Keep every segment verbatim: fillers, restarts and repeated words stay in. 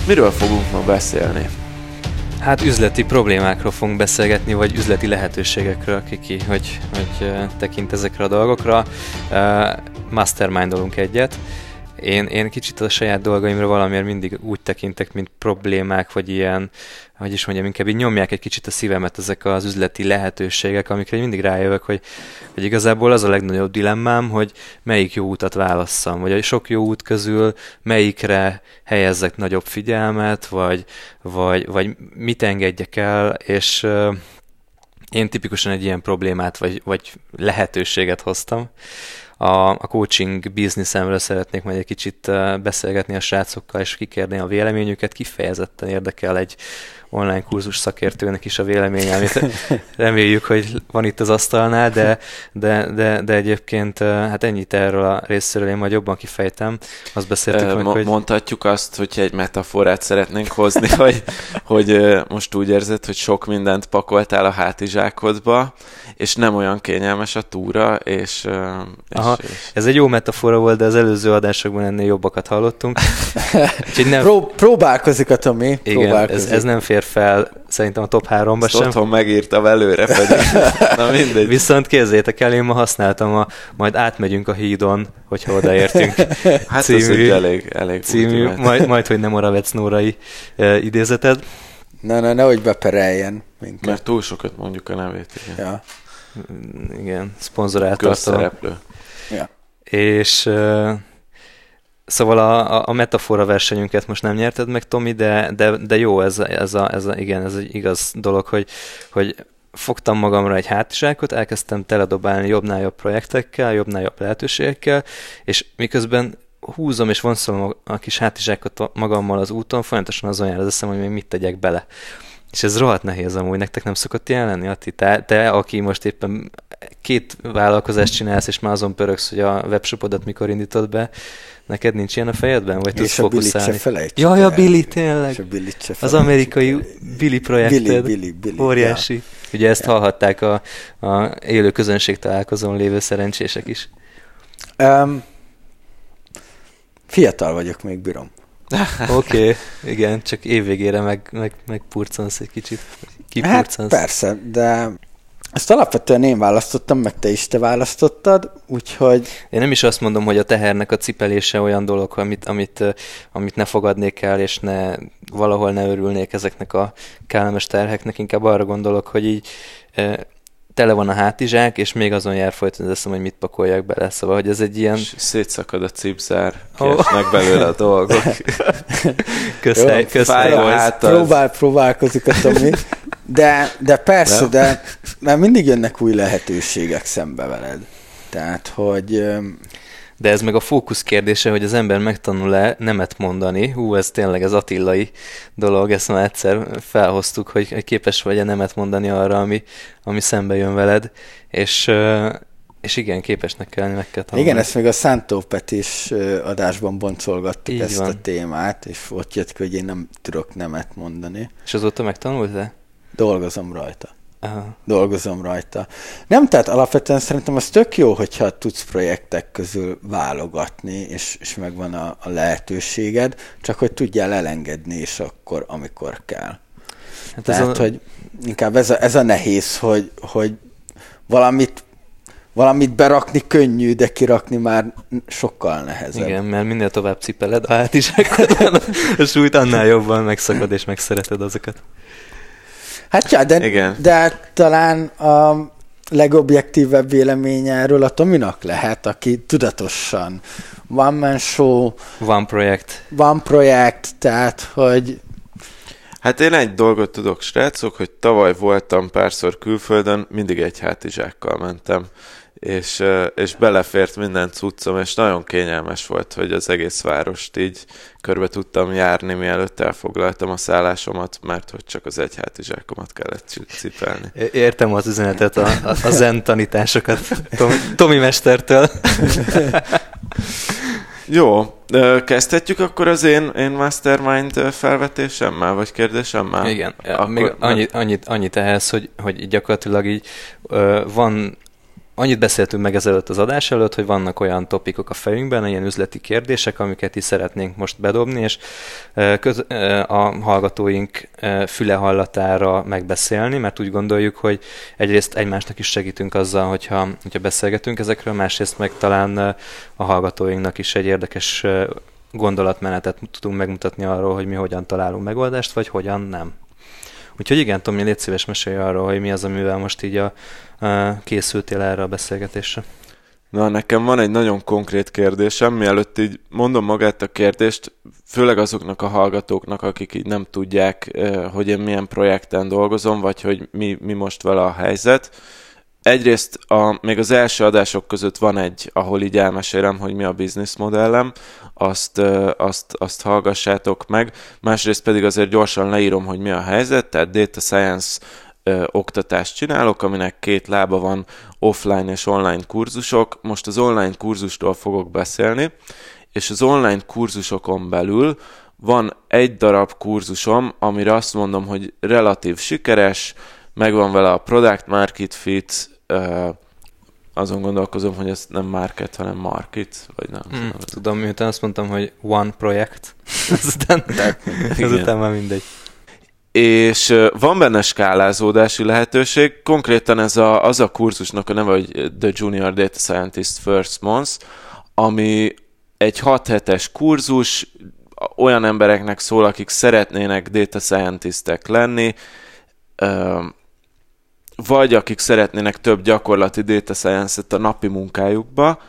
Miről fogunk ma beszélni? Hát üzleti problémákról fogunk beszélgetni, vagy üzleti lehetőségekről, Kiki, hogy, hogy uh, tekint ezekre a dolgokra. Uh, mastermindolunk egyet. Én, én kicsit a saját dolgaimra valamiért mindig úgy tekintek, mint problémák, vagy ilyen, hogy is mondjam, inkább így nyomják egy kicsit a szívemet ezek az üzleti lehetőségek, amikre mindig rájövök, hogy, hogy igazából az a legnagyobb dilemmám, hogy melyik jó utat válasszam, vagy a sok jó út közül melyikre helyezzek nagyobb figyelmet, vagy, vagy, vagy mit engedjek el, és uh, én tipikusan egy ilyen problémát, vagy, vagy lehetőséget hoztam. A, a coaching bizniszemről szeretnék majd egy kicsit uh, beszélgetni a srácokkal, és kikérni a véleményüket. Kifejezetten érdekel egy online kurzus szakértőnek is a véleménye, amit reméljük, hogy van itt az asztalnál, de, de, de, de egyébként uh, hát ennyit erről a részéről, én majd jobban kifejtem. Azt beszéltük uh, meg, mo- hogy... Mondhatjuk azt, hogyha egy metaforát szeretnénk hozni, hogy, hogy uh, most úgy érzed, hogy sok mindent pakoltál a hátizsákodba, és nem olyan kényelmes a túra, és... Uh, és Aha, ez egy jó metafora volt, de az előző adásokban ennél jobbakat hallottunk. nem... Pró- próbálkozik a Tomi. Igen, ez, ez nem fér fel szerintem a top háromba sem. Otthon megírtam előre pedig. Na mindegy. Viszont képzeljétek el, én ma használtam a majd átmegyünk a hídon, hogyha odaértünk. Hát című, ez egy elég, elég című, majd, majd, hogy nem Moravec Nórai uh, idézeted. Na, na, nehogy bepereljen minket. Mert túl sokat mondjuk a nevét. Igen, ja. igen szponzorált tartalom. Közszereplő. Ja. És... Uh, Szóval a, a metafora versenyünket most nem nyerted meg, Tomi, de, de, de jó, ez, ez, a, ez a, igen, ez egy igaz dolog, hogy, hogy fogtam magamra egy hátizsákot, elkezdtem teledobálni jobbnál jobb projektekkel, jobbnál jobb lehetőségekkel, és miközben húzom és vonszolom a, a kis hátizsákot magammal az úton, folyamatosan azon jár az eszem, hogy még mit tegyek bele. És ez rohadt nehéz amúgy, nektek nem szokott ilyen lenni, Atti? Te, te, aki most éppen két vállalkozást csinálsz, és már azon pörögsz, hogy a webshopodat mikor indítod be, neked nincs ilyen a fejedben? Vagy tudsz fókuszálni? És a Billit se Jaj, a Billy, tényleg. A Billit se az amerikai Billy projekted. Billy, Billy, Billy. Óriási. Ja. Ugye ezt ja. hallhatták a, a élő közönség találkozón lévő szerencsések is. Um, fiatal vagyok, még bírom. Oké, okay. Igen, csak évvégére meg, meg, meg purcansz egy kicsit. Hát persze, de ezt alapvetően én választottam, meg te is te választottad, úgyhogy... Én nem is azt mondom, hogy a tehernek a cipelése olyan dolog, amit, amit, amit ne fogadnék el, és ne, valahol ne örülnék ezeknek a kellemes terheknek, inkább arra gondolok, hogy így tele van a hátizsák, és még azon jár folyton az eszem, hogy mit pakoljak bele. Szóval, hogy ez egy ilyen... És szétszakad a cipzár, kiesnek oh. belőle a dolgok. Köszönj, köszönj. Próbál, próbálkozik a Tomi. De, de persze, nem? de mert mindig jönnek új lehetőségek szembe veled. Tehát, hogy... De ez meg a fókusz kérdése, hogy az ember megtanul-e nemet mondani. Hú, ez tényleg az attillai dolog, ezt már egyszer felhoztuk, hogy képes vagy-e nemet mondani arra, ami, ami szembe jön veled. És, és igen, képesnek kell lenni, meg kell tanulni. Igen, ezt még a Szántó Petis adásban boncolgattuk így ezt van. A témát, és ott jött ki, hogy én nem tudok nemet mondani. És azóta megtanultál? Dolgozom rajta. Aha. Dolgozom rajta. Nem, tehát alapvetően szerintem az tök jó, hogyha tudsz projektek közül válogatni, és, és megvan a, a lehetőséged, csak hogy tudjál elengedni is akkor, amikor kell. Hát tehát, a... hogy inkább ez a, ez a nehéz, hogy, hogy valamit, valamit berakni könnyű, de kirakni már sokkal nehezebb. Igen, mert minél tovább cipeled a hátizsákot, a súlyt annál jobban megszakad, és megszereted azokat. Hát ja, de, de talán a legobjektívebb véleménye erről a Tominak lehet, aki tudatosan one man show, one projekt, one projekt, tehát, hogy... Hát én egy dolgot tudok, srácok, hogy tavaly voltam párszor külföldön, mindig egy hátizsákkal mentem, és, és belefért minden cuccom, és nagyon kényelmes volt, hogy az egész várost így körbe tudtam járni, mielőtt elfoglaltam a szállásomat, mert hogy csak az egy hátizsákomat kellett cipelni. Értem az üzenetet, a, a, a zen tanításokat Tomi, Tomi mestertől. Jó, kezdhetjük akkor az én, én mastermind felvetésemmel, vagy kérdésemmel? Igen, akkor még annyit, annyit, annyit ehhez, hogy, hogy gyakorlatilag így uh, van annyit beszéltünk meg ezelőtt az adás előtt, hogy vannak olyan topikok a fejünkben, ilyen üzleti kérdések, amiket is szeretnénk most bedobni, és köz, a hallgatóink füle hallatára megbeszélni, mert úgy gondoljuk, hogy egyrészt egymásnak is segítünk azzal, hogyha, hogyha beszélgetünk ezekről, másrészt meg talán a hallgatóinknak is egy érdekes gondolatmenetet tudunk megmutatni arról, hogy mi hogyan találunk megoldást, vagy hogyan nem. Úgyhogy igen, Tomi, légy szíves, mesélj arról, hogy mi az, amivel most így a, a készültél erre a beszélgetésre. Na, nekem van egy nagyon konkrét kérdésem, mielőtt így mondom magát a kérdést, főleg azoknak a hallgatóknak, akik így nem tudják, hogy én milyen projekten dolgozom, vagy hogy mi, mi most vele a helyzet. Egyrészt a, még az első adások között van egy, ahol így elmesélem, hogy mi a business modellem, azt, azt, azt hallgassátok meg. Másrészt pedig azért gyorsan leírom, hogy mi a helyzet, tehát data science ö, oktatást csinálok, aminek két lába van, offline és online kurzusok. Most az online kurzusról fogok beszélni, és az online kurzusokon belül van egy darab kurzusom, amire azt mondom, hogy relatív sikeres, megvan vele a product market fit, uh, azon gondolkozom, hogy ez nem market, hanem market, vagy nem. Mm, tudom, miután azt mondtam, hogy one projekt, azután, azután már mindegy. És uh, van benne skálázódási lehetőség, konkrétan ez a, az a kurzusnak a neve, hogy The Junior Data Scientist First Month, ami egy hat hetes kurzus, olyan embereknek szól, akik szeretnének data scientistek lenni, uh, vagy akik szeretnének több gyakorlati data science-et a napi munkájukba,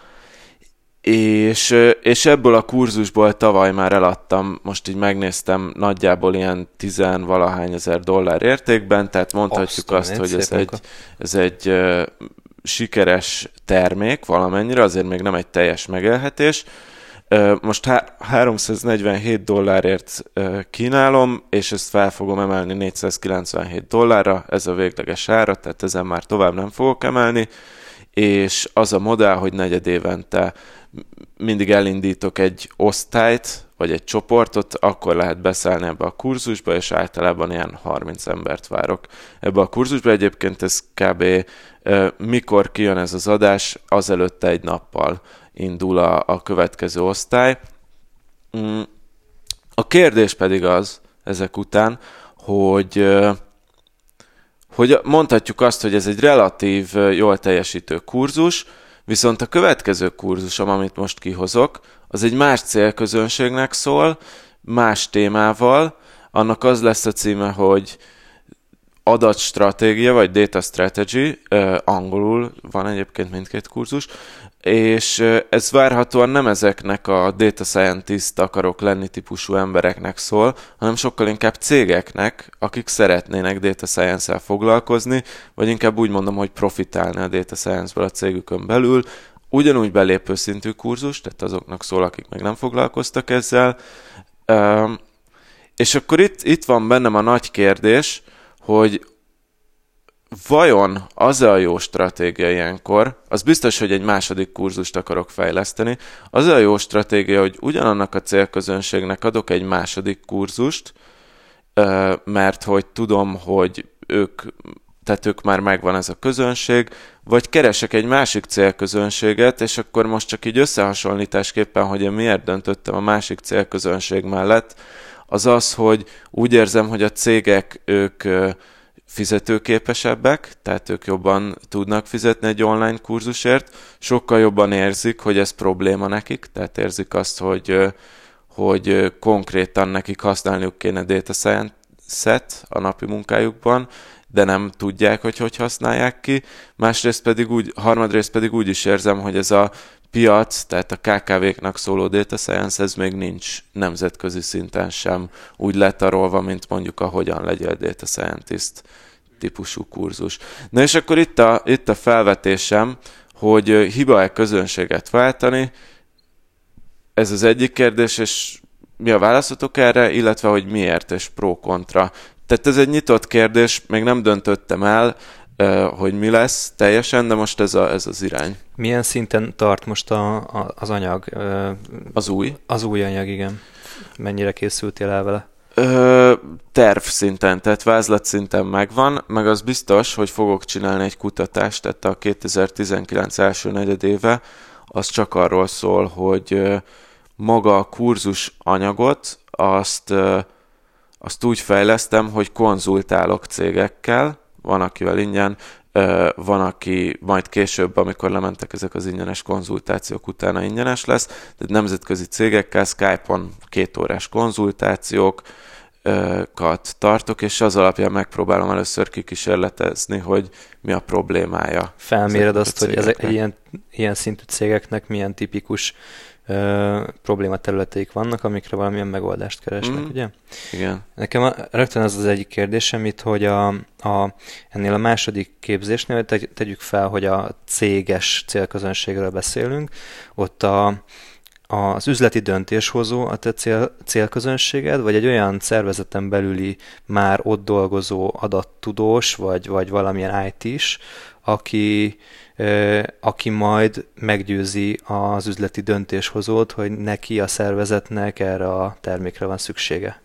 és, és ebből a kurzusból tavaly már eladtam, most így megnéztem nagyjából ilyen tizenvalahány ezer dollár értékben, tehát mondhatjuk azt, azt hogy ez egy, ez egy uh, sikeres termék valamennyire, azért még nem egy teljes megélhetés. Uh, most há- háromszáznegyvenhét dollárért uh, kínálom, és ezt fel fogom emelni négyszázkilencvenhét dollárra, ez a végleges ára, tehát ezen már tovább nem fogok emelni, és az a modell, hogy negyed évente mindig elindítok egy osztályt, vagy egy csoportot, akkor lehet beszállni ebbe a kurzusba, és általában ilyen harminc embert várok ebbe a kurzusba. Egyébként ez kb. Uh, mikor kijön ez az adás, azelőtt egy nappal indul a, a következő osztály. A kérdés pedig az, ezek után, hogy, hogy mondhatjuk azt, hogy ez egy relatív jól teljesítő kurzus, viszont a következő kurzusom, amit most kihozok, az egy más célközönségnek szól, más témával. Annak az lesz a címe, hogy adatstratégia, vagy data strategy, angolul van egyébként mindkét kurzus, és ez várhatóan nem ezeknek a data scientist akarok lenni típusú embereknek szól, hanem sokkal inkább cégeknek, akik szeretnének data science-el foglalkozni, vagy inkább úgy mondom, hogy profitálni a data science-ből a cégükön belül. Ugyanúgy belépő szintű kurzus, tehát azoknak szól, akik meg nem foglalkoztak ezzel. És akkor itt, itt van bennem a nagy kérdés, hogy vajon az a jó stratégia ilyenkor, az biztos, hogy egy második kurzust akarok fejleszteni, az a jó stratégia, hogy ugyanannak a célközönségnek adok egy második kurzust, mert hogy tudom, hogy ők, tehát ők már megvan ez a közönség, vagy keresek egy másik célközönséget, és akkor most csak így összehasonlításképpen, hogy én miért döntöttem a másik célközönség mellett, az az, hogy úgy érzem, hogy a cégek ők fizetőképesebbek, tehát ők jobban tudnak fizetni egy online kurzusért, sokkal jobban érzik, hogy ez probléma nekik, tehát érzik azt, hogy, hogy konkrétan nekik használniuk kéne data science-et a napi munkájukban, de nem tudják, hogy hogy használják ki. Másrészt pedig úgy, harmadrészt pedig úgy is érzem, hogy ez a piac, tehát a ká ká vé-knak szóló data science, ez még nincs nemzetközi szinten sem úgy letarolva, mint mondjuk a hogyan legyél data scientist típusú kurzus. Na és akkor itt a, itt a felvetésem, hogy hiba-e közönséget váltani, ez az egyik kérdés, és mi a válaszotok erre, illetve hogy miért, és pro-kontra. Tehát ez egy nyitott kérdés, még nem döntöttem el, hogy mi lesz teljesen, de most ez, a, ez az irány. Milyen szinten tart most a, a, az anyag? Az új? Az új anyag, igen. Mennyire készültél el vele? Ö, terv szinten, tehát vázlat szinten megvan, meg az biztos, hogy fogok csinálni egy kutatást, tehát a kétezer-tizenkilenc első negyedéve, az csak arról szól, hogy maga a kurzus anyagot, azt, azt úgy fejlesztem, hogy konzultálok cégekkel, van akivel ingyen, van, aki majd később, amikor lementek ezek az ingyenes konzultációk, utána ingyenes lesz, tehát nemzetközi cégekkel Skype-on két órás konzultációkat tartok, és az alapján megpróbálom először kikísérletezni, hogy mi a problémája. Felméred azt, hogy ezek ilyen, ilyen szintű cégeknek milyen tipikus Uh, problématerületeik vannak, amikre valamilyen megoldást keresnek, mm. ugye? Igen. Nekem a, rögtön az az egyik kérdésem itt, hogy a, a, ennél a második képzésnél te, tegyük fel, hogy a céges célközönségről beszélünk, ott a, az üzleti döntéshozó a te cél, célközönséged, vagy egy olyan szervezeten belüli már ott dolgozó adattudós, vagy, vagy valamilyen í té-s, aki aki majd meggyőzi az üzleti döntéshozót, hogy neki a szervezetnek erre a termékre van szüksége.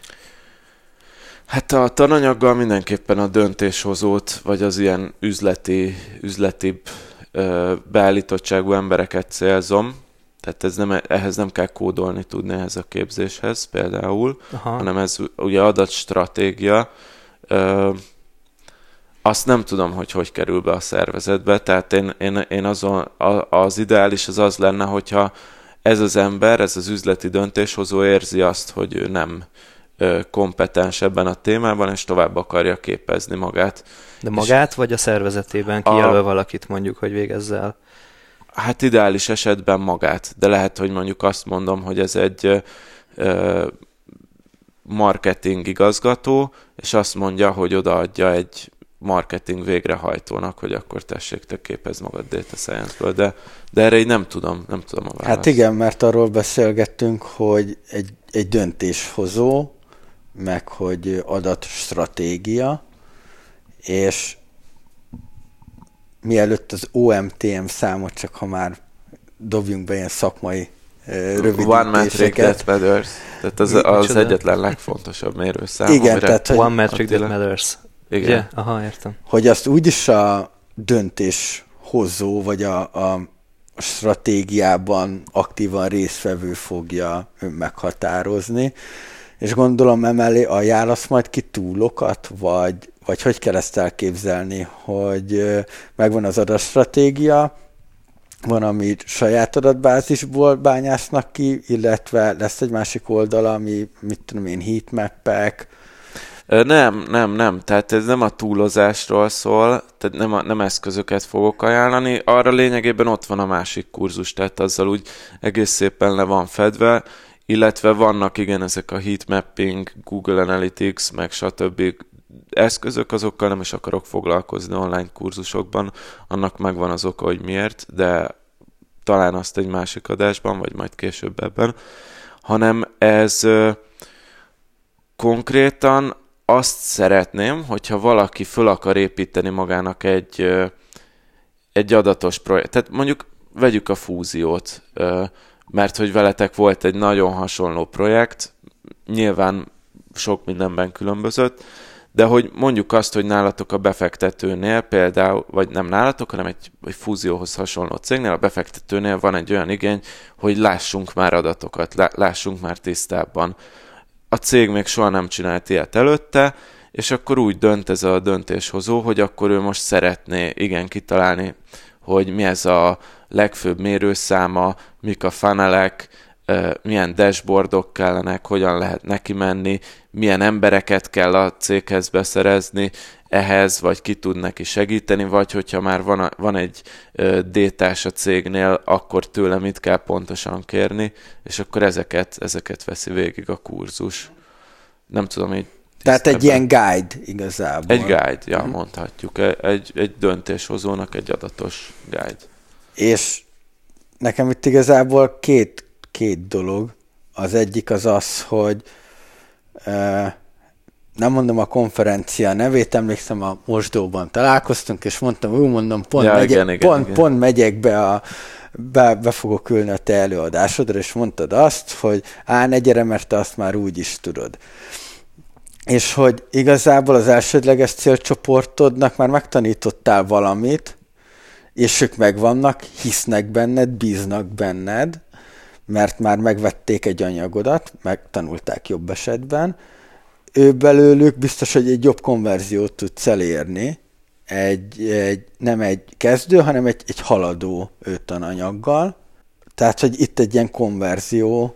Hát a tananyaggal mindenképpen a döntéshozót, vagy az ilyen üzleti, üzletibb beállítottságú embereket célzom. Tehát ez nem, ehhez nem kell kódolni tudni ehhez a képzéshez például, aha, hanem ez ugye adatstratégia. Azt nem tudom, hogy hogy kerül be a szervezetbe, tehát én, én, én azon, az ideális az az lenne, hogyha ez az ember, ez az üzleti döntéshozó érzi azt, hogy ő nem kompetens ebben a témában, és tovább akarja képezni magát. De magát, és vagy a szervezetében kijelöl a, valakit mondjuk, hogy végezze el? Hát ideális esetben magát, de lehet, hogy mondjuk azt mondom, hogy ez egy ö, marketing igazgató, és azt mondja, hogy odaadja egy marketing végrehajtónak, hogy akkor tessék, te képezd magad data science-ből, de, de erre így nem tudom, nem tudom a választ. Hát igen, mert arról beszélgettünk, hogy egy, egy döntéshozó, meg hogy adatstratégia, és mielőtt az o em té em számot, csak ha már dobjunk be ilyen szakmai rövidítéseket. One metric that matters. Tehát az, az egyetlen legfontosabb mérőszám. Igen, tehát, hogy One metric that matters. Igen. Yeah? Aha, értem. Hogy azt úgyis a döntéshozó, vagy a, a stratégiában aktívan résztvevő fogja meghatározni, és gondolom emellé ajánlasz majd ki túlokat, vagy, vagy hogy kell ezt elképzelni, hogy megvan az adatstratégia, van, ami saját adatbázisból bányásznak ki, illetve lesz egy másik oldala, ami, mit tudom én, heatmappek. Nem, nem, nem. Tehát ez nem a túlozásról szól, tehát nem, a, nem eszközöket fogok ajánlani. Arra lényegében ott van a másik kurzus, tehát azzal úgy egész szépen le van fedve, illetve vannak igen ezek a heatmapping, Google Analytics, meg stb. Eszközök, azokkal nem is akarok foglalkozni online kurzusokban, annak megvan az oka, hogy miért, de talán azt egy másik adásban, vagy majd később ebben, hanem ez ö, konkrétan azt szeretném, hogyha valaki föl akar építeni magának egy, ö, egy adatos projekt. Tehát mondjuk vegyük a fúziót, ö, mert hogy veletek volt egy nagyon hasonló projekt, nyilván sok mindenben különbözött, de hogy mondjuk azt, hogy nálatok a befektetőnél például, vagy nem nálatok, hanem egy, egy fúzióhoz hasonló cégnél, a befektetőnél van egy olyan igény, hogy lássunk már adatokat, lássunk már tisztábban. A cég még soha nem csinált ilyet előtte, és akkor úgy dönt ez a döntéshozó, hogy akkor ő most szeretné igen kitalálni, hogy mi ez a legfőbb mérőszáma, mik a funnelek, milyen dashboardok kellenek, hogyan lehet neki menni, milyen embereket kell a céghez beszerezni ehhez, vagy ki tud neki segíteni, vagy hogyha már van, a, van egy détás a cégnél, akkor tőle mit kell pontosan kérni, és akkor ezeket, ezeket veszi végig a kurzus. Nem tudom, így Tehát egy ilyen guide igazából. Egy guide, ja, hmm. mondhatjuk. Egy, egy döntéshozónak egy adatos guide. És nekem itt igazából két két dolog. Az egyik az az, hogy e, nem mondom a konferencia nevét, emlékszem, a Mosdóban találkoztunk, és mondtam, úgy mondom, pont, ja, megyek, igen, igen, pont, igen. pont megyek be a be, be fogok ülni a te előadásodra, és mondtad azt, hogy á, ne gyere, mert te azt már úgy is tudod. És hogy igazából az elsődleges célcsoportodnak már megtanítottál valamit, és ők megvannak, hisznek benned, bíznak benned, mert már megvették egy anyagodat, megtanulták jobb esetben, ő belőlük biztos, hogy egy jobb konverziót tudsz elérni, egy, egy, nem egy kezdő, hanem egy, egy haladó tananyaggal. Tehát, hogy itt egy ilyen konverzióra,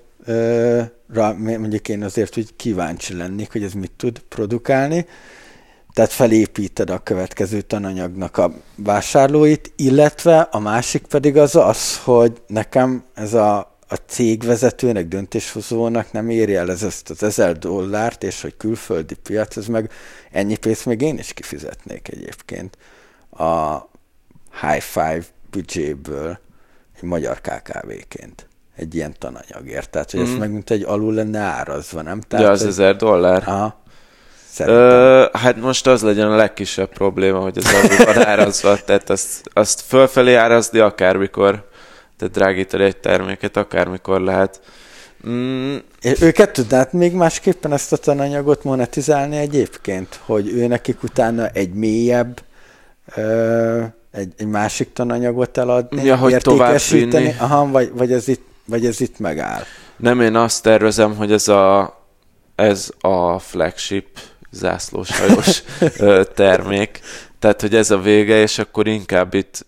mondjuk én azért úgy kíváncsi lennék, hogy ez mit tud produkálni. Tehát felépíted a következő tananyagnak a vásárlóit, illetve a másik pedig az az, hogy nekem ez a a cégvezetőnek, döntéshozónak nem éri el ez ezt az ezer dollárt, és hogy külföldi piac, ez meg ennyi pénzt még én is kifizetnék egyébként a high five büdzséből egy magyar ká ká vé-ként egy ilyen tananyagért. Tehát, hogy mm. ez meg mint egy alul lenne árazva, nem? Tehát, ja, az ezer dollár? Aha. Ö, hát most az legyen a legkisebb probléma, hogy az alul van árazva, tehát azt, azt fölfelé árazni akármikor, tehát drágítani egy terméket akármikor lehet. Mm. Őket tudnád még másképpen ezt a tananyagot monetizálni egyébként? Hogy ő nekik utána egy mélyebb, ö, egy, egy másik tananyagot eladni, ja, hogy értékesíteni? Aha, vagy, vagy, ez itt, vagy ez itt megáll? Nem, én azt tervezem, hogy ez a, ez a flagship zászlóshajós termék. Tehát, hogy ez a vége, és akkor inkább itt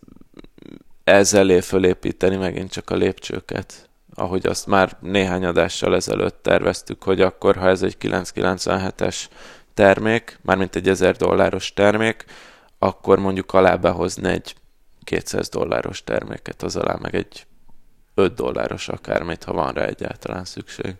ezzel fölépíteni megint csak a lépcsőket, ahogy azt már néhány adással ezelőtt terveztük, hogy akkor, ha ez egy kilencszázkilencvenhetes termék, mármint egy ezer dolláros termék, akkor mondjuk alá behozni egy kétszáz dolláros terméket, az alá meg egy öt dolláros akármit, ha van rá egyáltalán szükség.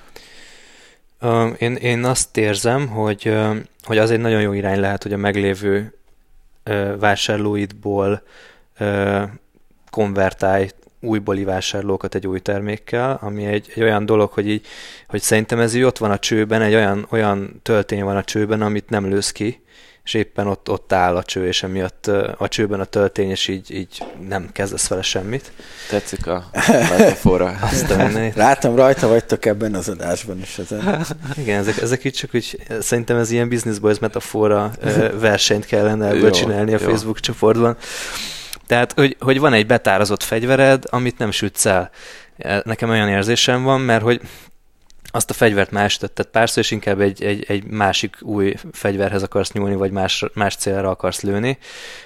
Uh, én, én azt érzem, hogy, uh, hogy az egy nagyon jó irány lehet, hogy a meglévő uh, vásárlóidból uh, konvertálj újbóli vásárlókat egy új termékkel, ami egy, egy olyan dolog, hogy, így, hogy szerintem ez így ott van a csőben, egy olyan, olyan töltény van a csőben, amit nem lősz ki, és éppen ott, ott áll a cső, és emiatt a csőben a töltény, és így, így nem kezdesz vele semmit. Tetszik a metafora. Látom, rajta vagytok ebben az adásban is. Ezen. Igen, ezek, ezek így csak úgy, szerintem ez ilyen Business Boys metafora versenyt kellene ebből csinálni a Facebook jó. csoportban. Tehát, hogy, hogy van egy betározott fegyvered, amit nem sütsz el. Nekem olyan érzésem van, mert hogy azt a fegyvert már estetted párszor, és inkább egy, egy, egy másik új fegyverhez akarsz nyúlni, vagy más, más célra akarsz lőni.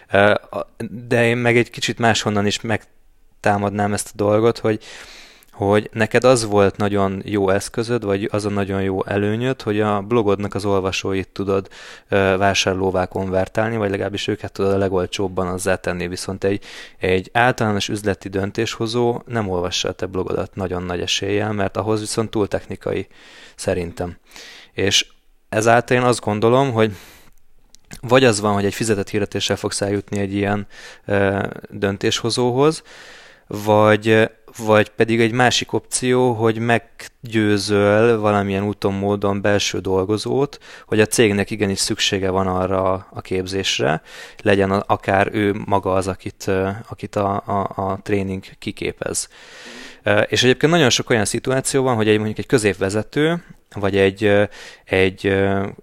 De én meg egy kicsit máshonnan is megtámadnám ezt a dolgot, hogy, hogy neked az volt nagyon jó eszközöd, vagy az a nagyon jó előnyöd, hogy a blogodnak az olvasóit tudod vásárlóvá konvertálni, vagy legalábbis őket tudod a legolcsóbban azzá tenni, viszont egy, egy általános üzleti döntéshozó nem olvassa a te blogodat nagyon nagy eséllyel, mert ahhoz viszont túl technikai szerintem. És ezáltal én azt gondolom, hogy vagy az van, hogy egy fizetett hirdetéssel fogsz eljutni egy ilyen ö, döntéshozóhoz, vagy, vagy pedig egy másik opció, hogy meggyőzöl valamilyen úton, módon belső dolgozót, hogy a cégnek igenis szüksége van arra a képzésre, legyen akár ő maga az, akit, akit a, a, a tréning kiképez. És egyébként nagyon sok olyan szituáció van, hogy egy, mondjuk egy középvezető, vagy egy, egy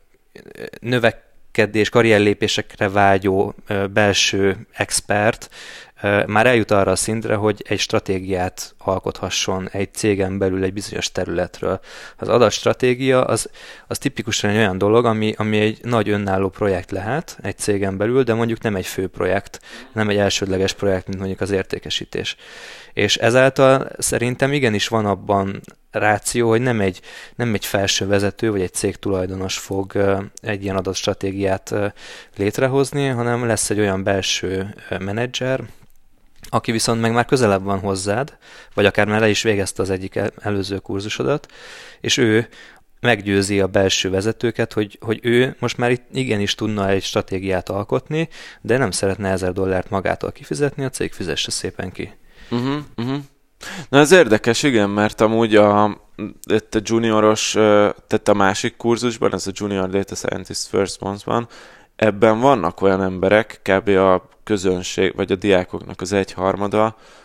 növekedés, karrierlépésekre vágyó belső expert már eljut arra a szintre, hogy egy stratégiát alkothasson egy cégen belül egy bizonyos területről. Az adatstratégia az, az tipikusan egy olyan dolog, ami, ami egy nagy önálló projekt lehet egy cégen belül, de mondjuk nem egy fő projekt, nem egy elsődleges projekt, mint mondjuk az értékesítés. És ezáltal szerintem igenis van abban ráció, hogy nem egy, nem egy felső vezető vagy egy cég tulajdonos fog egy ilyen adatstratégiát létrehozni, hanem lesz egy olyan belső menedzser, aki viszont meg már közelebb van hozzád, vagy akár már le is végezte az egyik előző kurzusodat, és ő meggyőzi a belső vezetőket, hogy, hogy ő most már itt igenis tudna egy stratégiát alkotni, de nem szeretne ezer dollárt magától kifizetni, a cég fizesse szépen ki. Uh-huh, uh-huh. Na ez érdekes, igen, mert amúgy a, itt a junioros, tehát a másik kurzusban, ez a Junior Data Scientist First Month-ban, ebben vannak olyan emberek, kb. A közönség, vagy a diákoknak az egyharmada,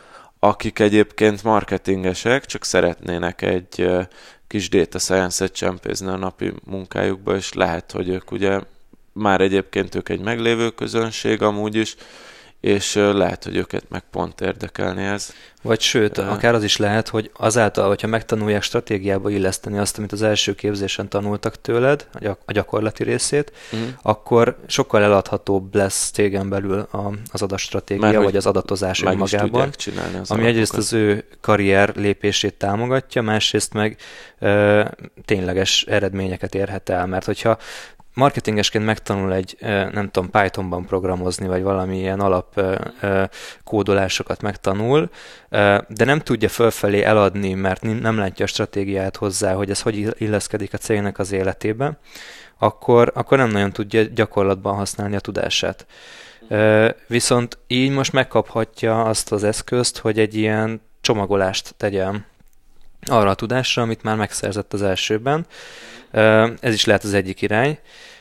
akik egyébként marketingesek, csak szeretnének egy kis data science-et csempézni a napi munkájukba, és lehet, hogy ők ugye már egyébként ők egy meglévő közönség amúgy is, és lehet, hogy őket meg pont érdekelni ez. Vagy sőt, uh, akár az is lehet, hogy azáltal, hogyha megtanulják stratégiába illeszteni azt, amit az első képzésen tanultak tőled, a, gyak- a gyakorlati részét, uh-huh. akkor sokkal eladhatóbb lesz cégen belül a, az adatstratégia, Mert vagy az adatozás önmagában, ami egyrészt az ő karrier lépését támogatja, másrészt meg ö, tényleges eredményeket érhet el, mert hogyha marketingesként megtanul egy, nem tudom, Pythonban programozni, vagy valamilyen alap kódolásokat megtanul, de nem tudja fölfelé eladni, mert nem látja a stratégiát hozzá, hogy ez hogy illeszkedik a cégnek az életébe, akkor, akkor nem nagyon tudja gyakorlatban használni a tudását. Viszont így most megkaphatja azt az eszközt, hogy egy ilyen csomagolást tegyen arra a tudásra, amit már megszerzett az elsőben. Ez is lehet az egyik irány.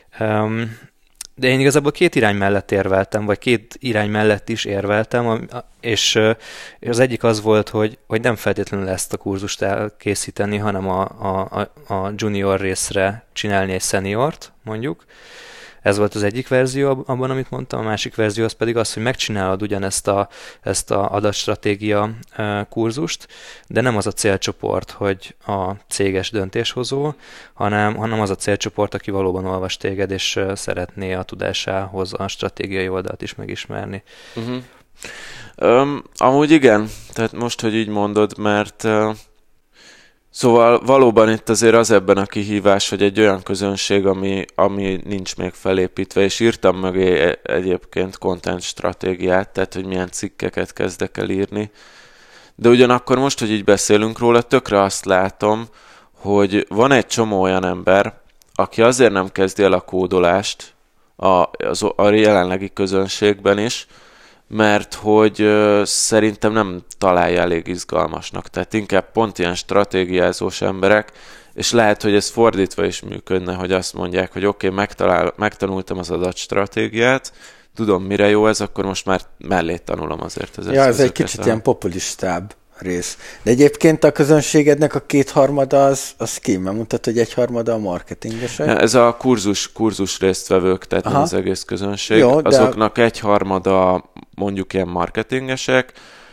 De én igazából két irány mellett érveltem, vagy két irány mellett is érveltem, és az egyik az volt, hogy, hogy nem feltétlenül ezt a kurzust elkészíteni, hanem a, a, a junior részre csinálni egy seniort, mondjuk. Ez volt az egyik verzió abban, amit mondtam, a másik verzió az pedig az, hogy megcsinálod ugyanezt a, ezt a adatstratégia kurzust, de nem az a célcsoport, hogy a céges döntéshozó, hanem, hanem az a célcsoport, aki valóban olvas téged, és szeretné a tudásához a stratégiai oldalt is megismerni. Uh-huh. Um, amúgy igen, tehát most, hogy így mondod, mert... Uh... Szóval valóban itt azért az ebben a kihívás, hogy egy olyan közönség, ami, ami nincs még felépítve, és írtam mögé egyébként content stratégiát, tehát hogy milyen cikkeket kezdek el írni. De ugyanakkor most, hogy így beszélünk róla, tökre azt látom, hogy van egy csomó olyan ember, aki azért nem kezdi el a kódolást a, az, a jelenlegi közönségben is, mert hogy ö, szerintem nem találja elég izgalmasnak. Tehát inkább pont ilyen stratégiázós emberek, és lehet, hogy ez fordítva is működne, hogy azt mondják, hogy oké, okay, megtanultam az adatstratégiát, tudom, mire jó ez, akkor most már mellé tanulom azért az Ja, ez egy kicsit a... ilyen populistább rész. De egyébként a közönségednek a kétharmada az, az ki? Mert mondtad, hogy egyharmada a marketingesek? Ja, ez a kurzus, kurzus résztvevők, tehát nem az egész közönség. Jó, azoknak a... egyharmada mondjuk ilyen marketingesek.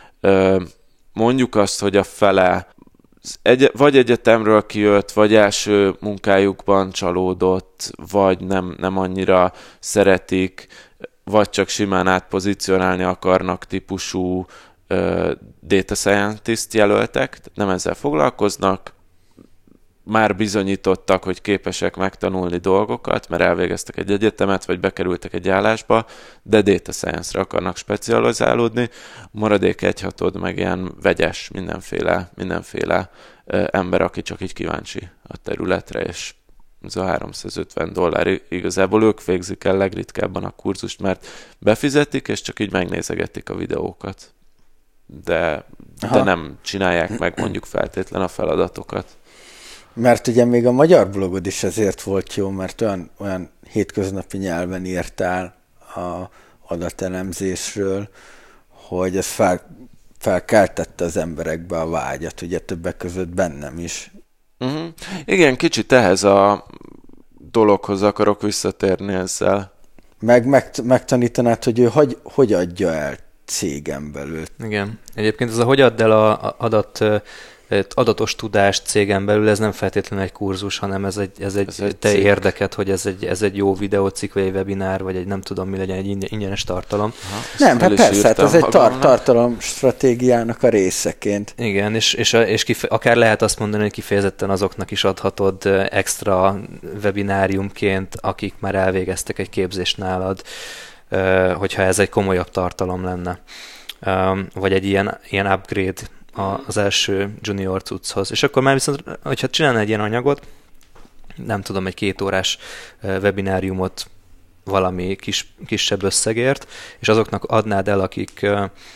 Mondjuk azt, hogy a fele egy, vagy egyetemről kijött, vagy első munkájukban csalódott, vagy nem, nem annyira szeretik, vagy csak simán átpozícionálni akarnak típusú data scientist jelöltek, tehát nem ezzel foglalkoznak, már bizonyítottak, hogy képesek megtanulni dolgokat, mert elvégeztek egy egyetemet, vagy bekerültek egy állásba, de data science-re akarnak specializálódni. Maradék egyhatod meg ilyen vegyes, mindenféle, mindenféle ember, aki csak így kíváncsi a területre, és ez a háromszázötven dollár, igazából ők végzik el legritkábban a kurzust, mert befizetik, és csak így megnézegetik a videókat. De, de nem csinálják meg mondjuk feltétlen a feladatokat. Mert ugye még a magyar blogod is ezért volt jó, mert olyan, olyan hétköznapi nyelven írtál a adatelemzésről, hogy ez fel, felkeltette az emberekbe a vágyat, ugye többek között bennem is. Uh-huh. Igen, kicsit ehhez a dologhoz akarok visszatérni ezzel. Meg, meg megtanítanád, hogy ő hogy, hogy adja el cégen belül. Igen. Egyébként ez a hogy add el a adat, adatos tudást cégen belül, ez nem feltétlenül egy kurzus, hanem ez egy, ez egy, ez egy te cég. Érdeket, hogy ez egy, ez egy jó videócikk, vagy egy webinár, vagy egy nem tudom mi legyen, egy ingyenes tartalom. Aha, nem, hát persze, hát ez egy tar- tartalom stratégiának a részeként. Igen, és, és, és kife- akár lehet azt mondani, hogy kifejezetten azoknak is adhatod extra webináriumként, akik már elvégeztek egy képzést nálad, hogyha ez egy komolyabb tartalom lenne. Vagy egy ilyen, ilyen upgrade az első junior cucchoz. És akkor már viszont, hogyha csinálna egy ilyen anyagot, nem tudom, egy két órás webináriumot valami kis, kisebb összegért, és azoknak adnád el, akik,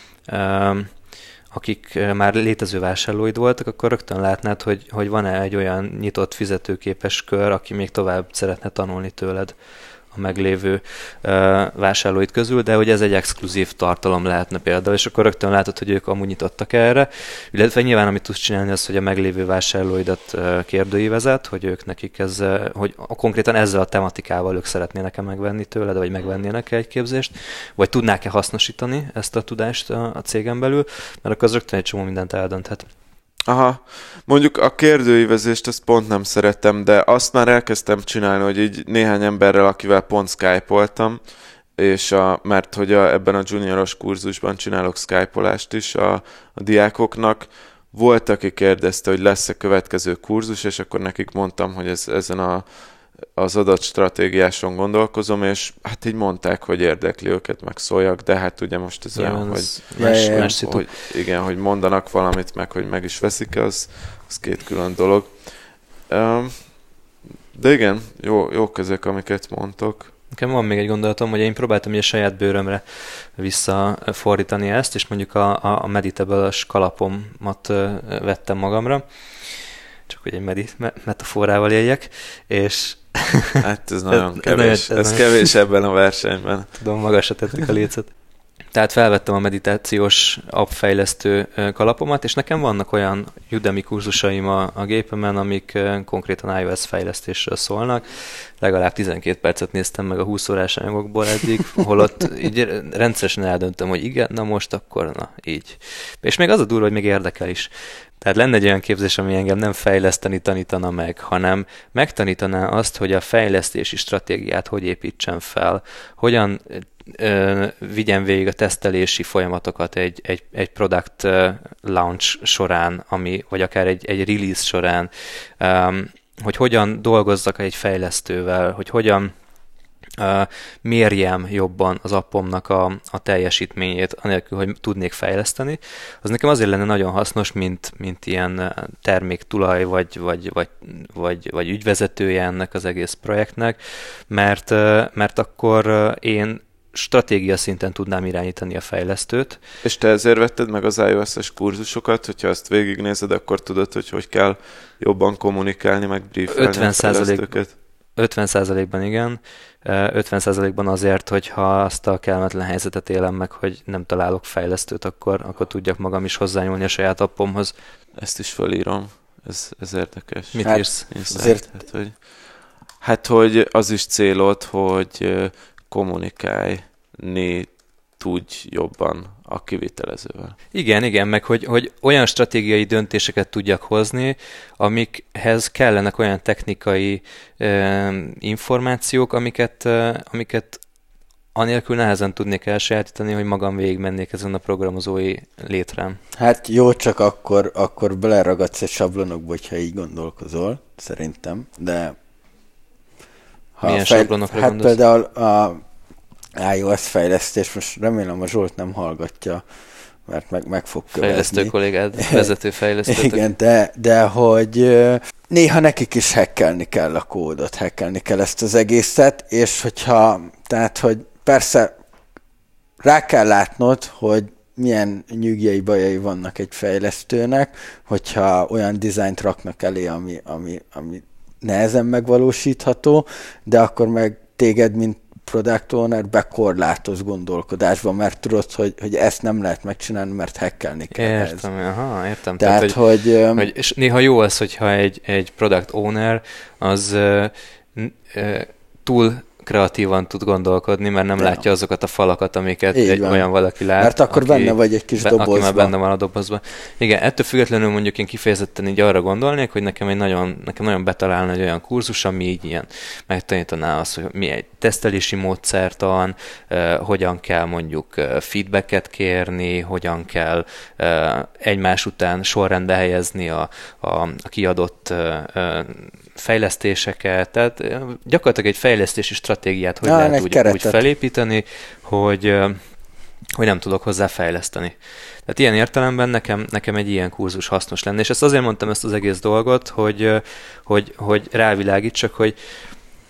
akik már létező vásárlóid voltak, akkor rögtön látnád, hogy, hogy van-e egy olyan nyitott fizetőképes kör, aki még tovább szeretne tanulni tőled a meglévő vásárlóid közül, de hogy ez egy exkluzív tartalom lehetne például, és akkor rögtön látod, hogy ők amúgy nyitottak erre, illetve nyilván amit tudsz csinálni az, hogy a meglévő vásárlóidat kérdőívezet, hogy ők nekik ez, hogy konkrétan ezzel a tematikával ők szeretnének-e megvenni tőled, vagy megvennének-e egy képzést, vagy tudnák-e hasznosítani ezt a tudást a, a cégen belül, mert akkor az rögtön egy csomó mindent eldönthet. Aha, mondjuk a kérdőívezést azt pont nem szeretem, de azt már elkezdtem csinálni, hogy így néhány emberrel, akivel pont skype-oltam, és a, mert hogy a, ebben a junioros kurzusban csinálok skype-olást is a, a diákoknak, volt, aki kérdezte, hogy lesz-e következő kurzus, és akkor nekik mondtam, hogy ez, ezen a, az adott stratégiáson gondolkozom, és hát így mondták, hogy érdekli őket, meg szóljak, de hát ugye most ez olyan, hogy, más, más hogy igen, hogy mondanak valamit, meg hogy meg is veszik, az, az két külön dolog. De igen, jó, jók ezek, amiket mondtok. Nekem van még egy gondolatom, hogy én próbáltam ugye saját bőrömre visszafordítani ezt, és mondjuk a, a meditable-as kalapomat vettem magamra, csak hogy egy medi- metaforával éljek, és... Hát ez nagyon kevés, ez, ez, ez kevés ebben a versenyben. Tudom, magasra tettük a lécet. Tehát felvettem a meditációs appfejlesztő kalapomat, és nekem vannak olyan Udemy kurzusaim a, a gépemen, amik konkrétan iOS fejlesztésről szólnak. Legalább tizenkét percet néztem meg a húsz órás anyagokból eddig, holott így rendszeresen eldöntöm, hogy igen, na most akkor, na így. És még az a durva, hogy még érdekel is. Tehát lenne egy olyan képzés, ami engem nem fejleszteni tanítana meg, hanem megtanítaná azt, hogy a fejlesztési stratégiát hogy építsen fel, hogyan ö, vigyen végig a tesztelési folyamatokat egy, egy, egy product uh, launch során, ami, vagy akár egy, egy release során, um, hogy hogyan dolgozzak egy fejlesztővel, hogy hogyan Uh, mérjem jobban az appomnak a, a teljesítményét, anélkül, hogy tudnék fejleszteni. Az nekem azért lenne nagyon hasznos, mint, mint ilyen terméktulaj, vagy, vagy, vagy, vagy, vagy ügyvezetője ennek az egész projektnek, mert, mert akkor én stratégia szinten tudnám irányítani a fejlesztőt. És te ezért vetted meg az iOS-es kurzusokat, hogyha azt végignézed, akkor tudod, hogy hogy kell jobban kommunikálni, meg briefelni a fejlesztőket? ötven százalékban igen, ötven százalékban azért, hogyha azt a kellemetlen helyzetet élem meg, hogy nem találok fejlesztőt, akkor, akkor tudjak magam is hozzányúlni a saját appomhoz. Ezt is felírom, ez, ez érdekes. Mit hát, írsz? Azért... Hát, hogy, hát, hogy az is célod, hogy kommunikálni tudj jobban a kivitelezővel. Igen, igen, meg hogy, hogy olyan stratégiai döntéseket tudjak hozni, amikhez kellenek olyan technikai e, információk, amiket, e, amiket anélkül nehezen tudnék elsajátítani, hogy magam végigmennék ezen a programozói létrán. Hát jó, csak akkor, akkor beleragadsz egy sablonokba, hogyha így gondolkozol, szerintem, de... Ha milyen fej... sablonokra hát gondolsz? Például a iOS fejlesztés, most remélem a Zsolt nem hallgatja, mert meg, meg fog követni. Fejlesztő kollégád, vezető fejlesztő. Igen, de, de hogy néha nekik is hackelni kell a kódot, hackelni kell ezt az egészet, és hogyha, tehát, hogy persze rá kell látnod, hogy milyen nyűgjei bajai vannak egy fejlesztőnek, hogyha olyan dizájnt raknak elé, ami, ami, ami nehezen megvalósítható, de akkor meg téged, mint product owner bekorlátoz gondolkodásban, mert tudod, hogy, hogy ezt nem lehet megcsinálni, mert hackelni kell. Értem, ez. Aha, értem. Tehát, Tehát hogy, hogy, hogy... És néha jó az, hogyha egy, egy product owner az uh, uh, túl kreatívan tud gondolkodni, mert nem ja. látja azokat a falakat, amiket egy olyan valaki lát. Mert akkor aki, benne vagy egy kis be, dobozban. Aki már benne van a dobozban. Igen, ettől függetlenül mondjuk én kifejezetten így arra gondolnék, hogy nekem, egy nagyon, nekem nagyon betalálna egy olyan kurzus, ami így ilyen megtanítaná azt, hogy mi egy tesztelési módszertan, uh, hogyan kell mondjuk uh, feedbacket kérni, hogyan kell uh, egymás után sorrendbe helyezni a, a, a kiadott uh, uh, fejlesztéseket, tehát gyakorlatilag egy fejlesztési stratégiát hogy Na, lehet úgy, úgy felépíteni, hogy, hogy nem tudok hozzá fejleszteni. Tehát ilyen értelemben nekem, nekem egy ilyen kurzus hasznos lenne, és ezt azért mondtam ezt az egész dolgot, hogy, hogy, hogy rávilágítsak, hogy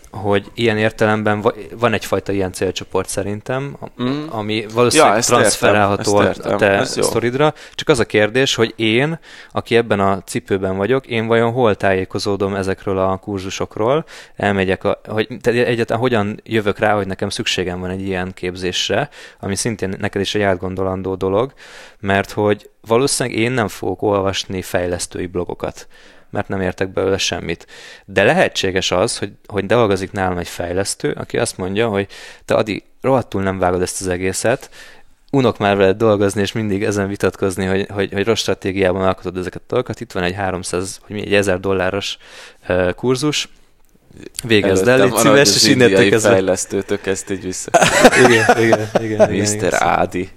hogy ilyen értelemben van egyfajta ilyen célcsoport szerintem, mm. ami valószínűleg ja, transferálható a te sztoridra. Csak az a kérdés, hogy én, aki ebben a cipőben vagyok, én vajon hol tájékozódom ezekről a kurzusokról, elmegyek, a, hogy egyáltalán hogyan jövök rá, hogy nekem szükségem van egy ilyen képzésre, ami szintén neked is egy átgondolandó dolog, mert hogy valószínűleg én nem fogok olvasni fejlesztői blogokat, mert nem értek belőle semmit. De lehetséges az, hogy, hogy dolgozik nálam egy fejlesztő, aki azt mondja, hogy te Adi, rohadtul nem vágod ezt az egészet, unok már veled dolgozni, és mindig ezen vitatkozni, hogy, hogy, hogy rossz stratégiában alkotod ezeket a dolgokat. Itt van egy háromszáz, vagy mi, egy ezer dolláros uh, kurzus, végezd el, légy szíves, és innentől kezdve... fejlesztőtök ezt így vissza. igen, igen, igen. miszter Ádi.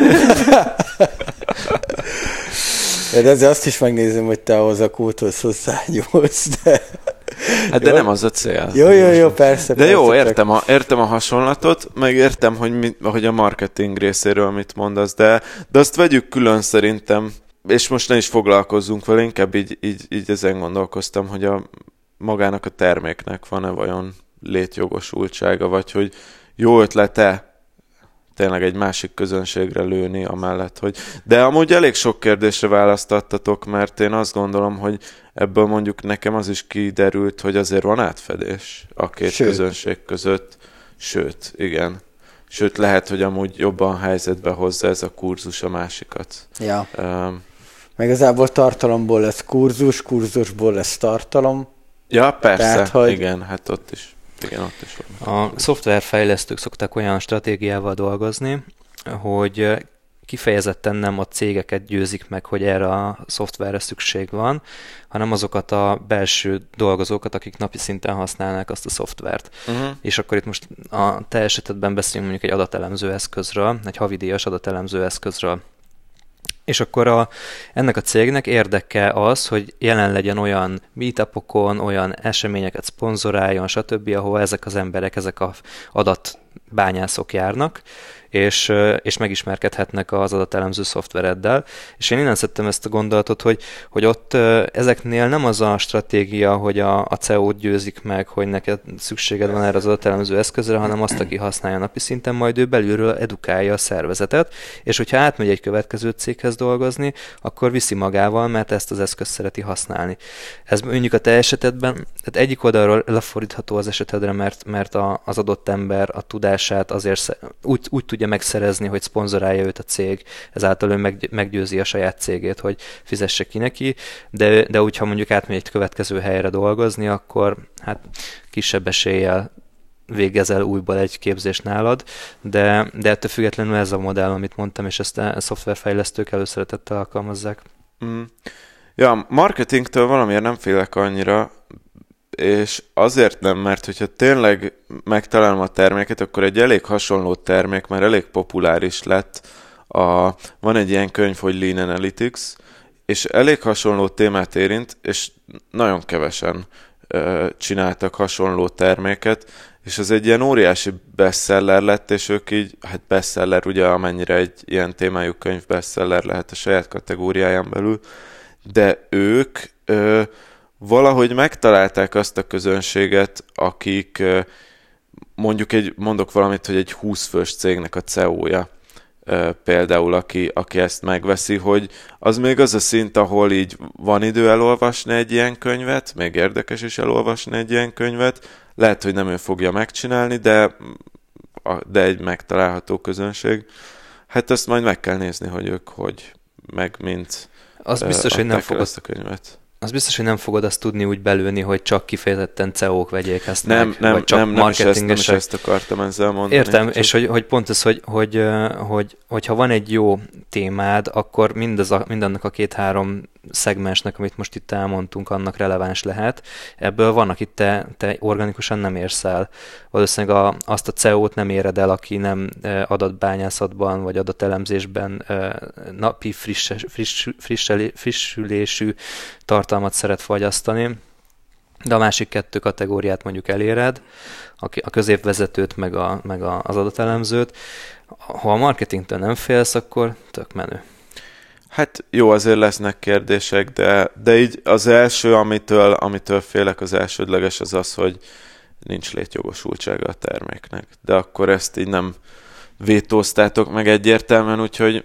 De azért azt is megnézem, hogy te ahhoz a kulthoz hozzányúlsz, de... Hát de jó? Nem az a cél. Jó, jó, jó, persze. De persze, jó, értem a, értem a hasonlatot, meg értem, hogy, mi, hogy a marketing részéről mit mondasz, de, de azt vegyük külön szerintem, és most ne is foglalkozzunk vele, inkább így, így, így ezen gondolkoztam, hogy a magának a terméknek van-e vajon létjogosultsága, vagy hogy jó ötlete tényleg egy másik közönségre lőni amellett, hogy... De amúgy elég sok kérdésre választattatok, mert én azt gondolom, hogy ebből mondjuk nekem az is kiderült, hogy azért van átfedés a két Sőt. közönség között. Sőt, igen. Sőt, lehet, hogy amúgy jobban helyzetbe hozza ez a kurzus a másikat. Ja. Um, Meg igazából tartalomból lesz kurzus, kurzusból lesz tartalom. Ja, persze, Tehát, hogy... igen, hát ott is. Igen, ott is van. A szoftverfejlesztők szoktak olyan stratégiával dolgozni, hogy kifejezetten nem a cégeket győzik meg, hogy erre a szoftverre szükség van, hanem azokat a belső dolgozókat, akik napi szinten használnák azt a szoftvert. Uh-huh. És akkor itt most a te esetedben beszélünk mondjuk egy adatelemző eszközről, egy havidíjas adatelemző eszközről. És akkor a, ennek a cégnek érdeke az, hogy jelen legyen olyan meetupokon, olyan eseményeket szponzoráljon, stb., ahol ezek az emberek, ezek a adatbányászok járnak, és, és megismerkedhetnek az adatelemző szoftvereddel. És én innen szedtem ezt a gondolatot, hogy, hogy ott ezeknél nem az a stratégia, hogy a, a cé e o-t győzik meg, hogy neked szükséged van erre az adatelemző eszközre, hanem azt, aki használja napi szinten, majd ő belülről edukálja a szervezetet, és hogyha átmegy egy következő céghez dolgozni, akkor viszi magával, mert ezt az eszközt szereti használni. Ez mondjuk a te esetedben, tehát egyik oldalról lefordítható az esetedre, mert, mert a, az adott ember a tudását azért úgy, úgy tudja megszerezni, hogy szponzorálja őt a cég, ezáltal ő meg, meggyőzi a saját cégét, hogy fizesse ki neki, de, de úgy, ha mondjuk átmegy egy következő helyre dolgozni, akkor hát kisebb eséllyel végezel újból egy képzést nálad, de, de ettől függetlenül ez a modell, amit mondtam, és ezt a szoftverfejlesztők előszeretettel alkalmazzák. Mm. Ja, marketingtől valamiért nem félek annyira, és azért nem, mert hogyha tényleg megtalálom a terméket, akkor egy elég hasonló termék, már elég populáris lett. A, van egy ilyen könyv, hogy Lean Analytics, és elég hasonló témát érint, és nagyon kevesen ö, csináltak hasonló terméket, és az egy ilyen óriási bestseller lett, és ők így, hát bestseller ugye, amennyire egy ilyen témájú könyv bestseller lehet a saját kategóriáján belül, de ők... Ö, valahogy megtalálták azt a közönséget, akik mondjuk egy, mondok valamit, hogy egy húsz fős cégnek a cé e o-ja például, aki, aki ezt megveszi, hogy az még az a szint, ahol így van idő elolvasni egy ilyen könyvet, még érdekes is elolvasni egy ilyen könyvet, lehet, hogy nem ő fogja megcsinálni, de, de egy megtalálható közönség. Hát ezt majd meg kell nézni, hogy ők hogy, meg mint az biztos, hogy nem fogod ezt a könyvet. Az biztos, hogy nem fogod azt tudni úgy belőni, hogy csak kifejezetten cé e o-k vegyék ezt nem, meg, nem, vagy csak nem, marketingesek. Nem is, ezt, nem is ezt akartam ezzel mondani. Értem, csak... és hogy, hogy pont ez, hogy, hogy, hogy, hogyha van egy jó témád, akkor mindaz a, mindannak a két-három szegmensnek, amit most itt elmondtunk, annak releváns lehet. Ebből van, akit te, te organikusan nem érsz el. Valószínűleg a, azt a cé e o-t nem éred el, aki nem adatbányászatban vagy adatelemzésben napi friss, friss, friss, frissülésű tartalmat szeret fagyasztani, de a másik kettő kategóriát mondjuk eléred, a középvezetőt meg, a, meg a, az adatelemzőt. Ha a marketingtől nem félsz, akkor tök menő. Hát jó, azért lesznek kérdések, de, de így az első, amitől, amitől félek, az elsődleges az az, hogy nincs létjogosultsága a terméknek. De akkor ezt így nem vétóztátok meg egyértelműen, úgyhogy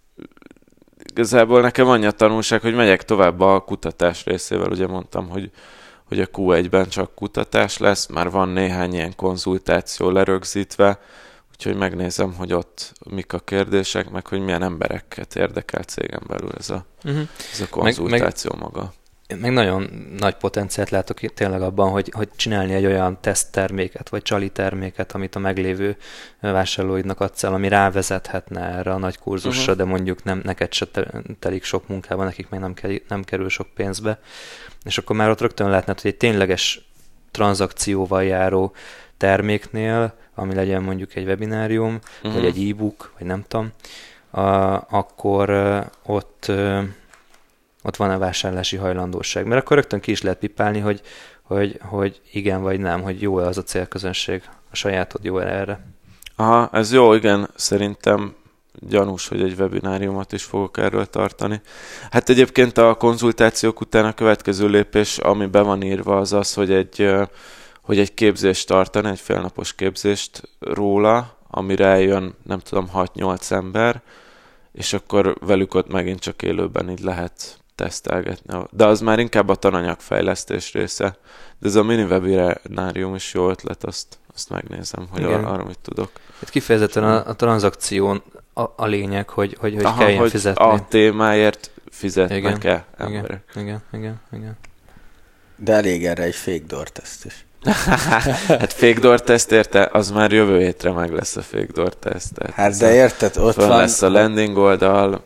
igazából nekem annyi a tanulság, hogy megyek tovább a kutatás részével. Ugye mondtam, hogy, hogy a kú egyben csak kutatás lesz, már van néhány ilyen konzultáció lerögzítve, úgyhogy megnézem, hogy ott mik a kérdések, meg hogy milyen embereket érdekel cégen belül ez a, uh-huh. ez a konzultáció meg, maga. Meg nagyon nagy potenciált látok tényleg abban, hogy, hogy csinálni egy olyan tesztterméket, vagy csali terméket, amit a meglévő vásárlóidnak adsz el, ami rávezethetne erre a nagy kurzusra, uh-huh. de mondjuk nem, neked se telik sok munkába, nekik meg nem, kell, nem kerül sok pénzbe. És akkor már ott rögtön látnád, hogy egy tényleges tranzakcióval járó terméknél, ami legyen mondjuk egy webinárium, uh-huh. vagy egy e-book, vagy nem tudom, uh, akkor uh, ott... Uh, ott van a vásárlási hajlandóság. Mert akkor rögtön ki is lehet pipálni, hogy, hogy, hogy igen vagy nem, hogy jó az a célközönség, a sajátod jó erre. Aha, ez jó, igen, szerintem gyanús, hogy egy webináriumot is fogok erről tartani. Hát egyébként a konzultációk után a következő lépés, ami be van írva, az az, hogy egy, hogy egy képzést tartani, egy félnapos képzést róla, amire eljön, nem tudom, hat-nyolc ember, és akkor velük ott megint csak élőben így lehet tesztelgetni. De az már inkább a tananyagfejlesztés része. De ez a mini webinárium is jó ötlet, azt, azt megnézem, hogy ar- arra mit tudok. Itt kifejezetten a, a tranzakción a, a lényeg, hogy, hogy, hogy Aha, kelljen hogy fizetni. A témáért fizetnek-e emberek. Igen, igen, igen, igen. De elég erre egy fake door teszt is. Hát fake door teszt érte, az már jövő hétre meg lesz a fake door teszt. Hát de érted, ott van... lesz a landing oldal,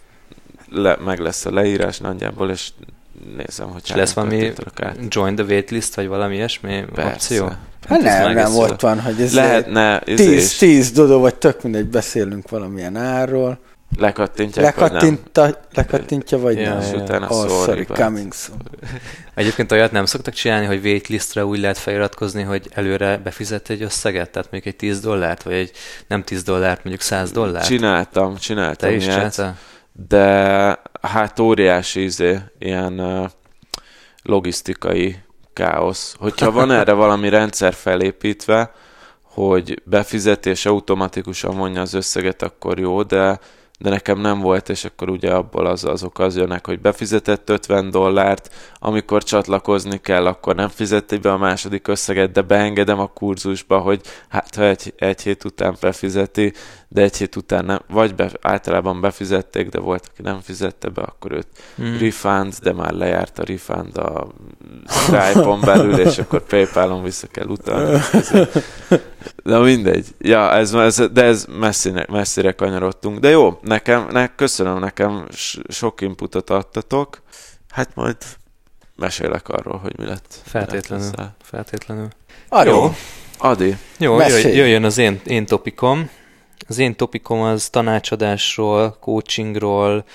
le, meg lesz a leírás nagyjából, és nézem, hogy... És lesz valami join the waitlist, vagy valami ilyesmi Persze. opció? Hát nem, nem, ott van, hogy ez lehetne... tíz, tíz dodó, vagy tök mindegy, beszélünk valamilyen árról. Lekattintják, Lekattinta, vagy nem? Lekattintja, vagy ja, nem? És utána oh, sorry, sorry coming soon. Egyébként olyat nem szoktak csinálni, hogy waitlistre úgy lehet feliratkozni, hogy előre befizet egy összeget, tehát mondjuk egy tíz dollárt, vagy egy nem tíz dollárt, mondjuk száz dollárt. Csináltam, csináltam. Te is csináltál? De hát óriási izé, ilyen uh, logisztikai káosz. Hogyha van erre valami rendszer felépítve, hogy befizetés automatikusan mondja az összeget, akkor jó, de, de nekem nem volt, és akkor ugye abból az, azok az jönnek, hogy befizetett ötven dollárt, amikor csatlakozni kell, akkor nem fizeti be a második összeget, de beengedem a kurzusba, hogy hát ha egy, egy hét után befizeti, de egy hét után nem, vagy be, általában befizették, de volt, aki nem fizette be, akkor őt hmm. refund, de már lejárt a refund a Stripe-on belül, és akkor PayPal-on vissza kell utalni. De mindegy. Ja, ez, ez, de ez messzire, messzire kanyarodtunk. De jó, nekem, ne, köszönöm, nekem so- sok inputot adtatok. Hát majd mesélek arról, hogy mi lett. Feltétlenül. Mi lett feltétlenül. Adi. Jó. Adi. Jó, jöjj, jöjjön az én, én topikom. Az én topikom az tanácsadásról, coachingról,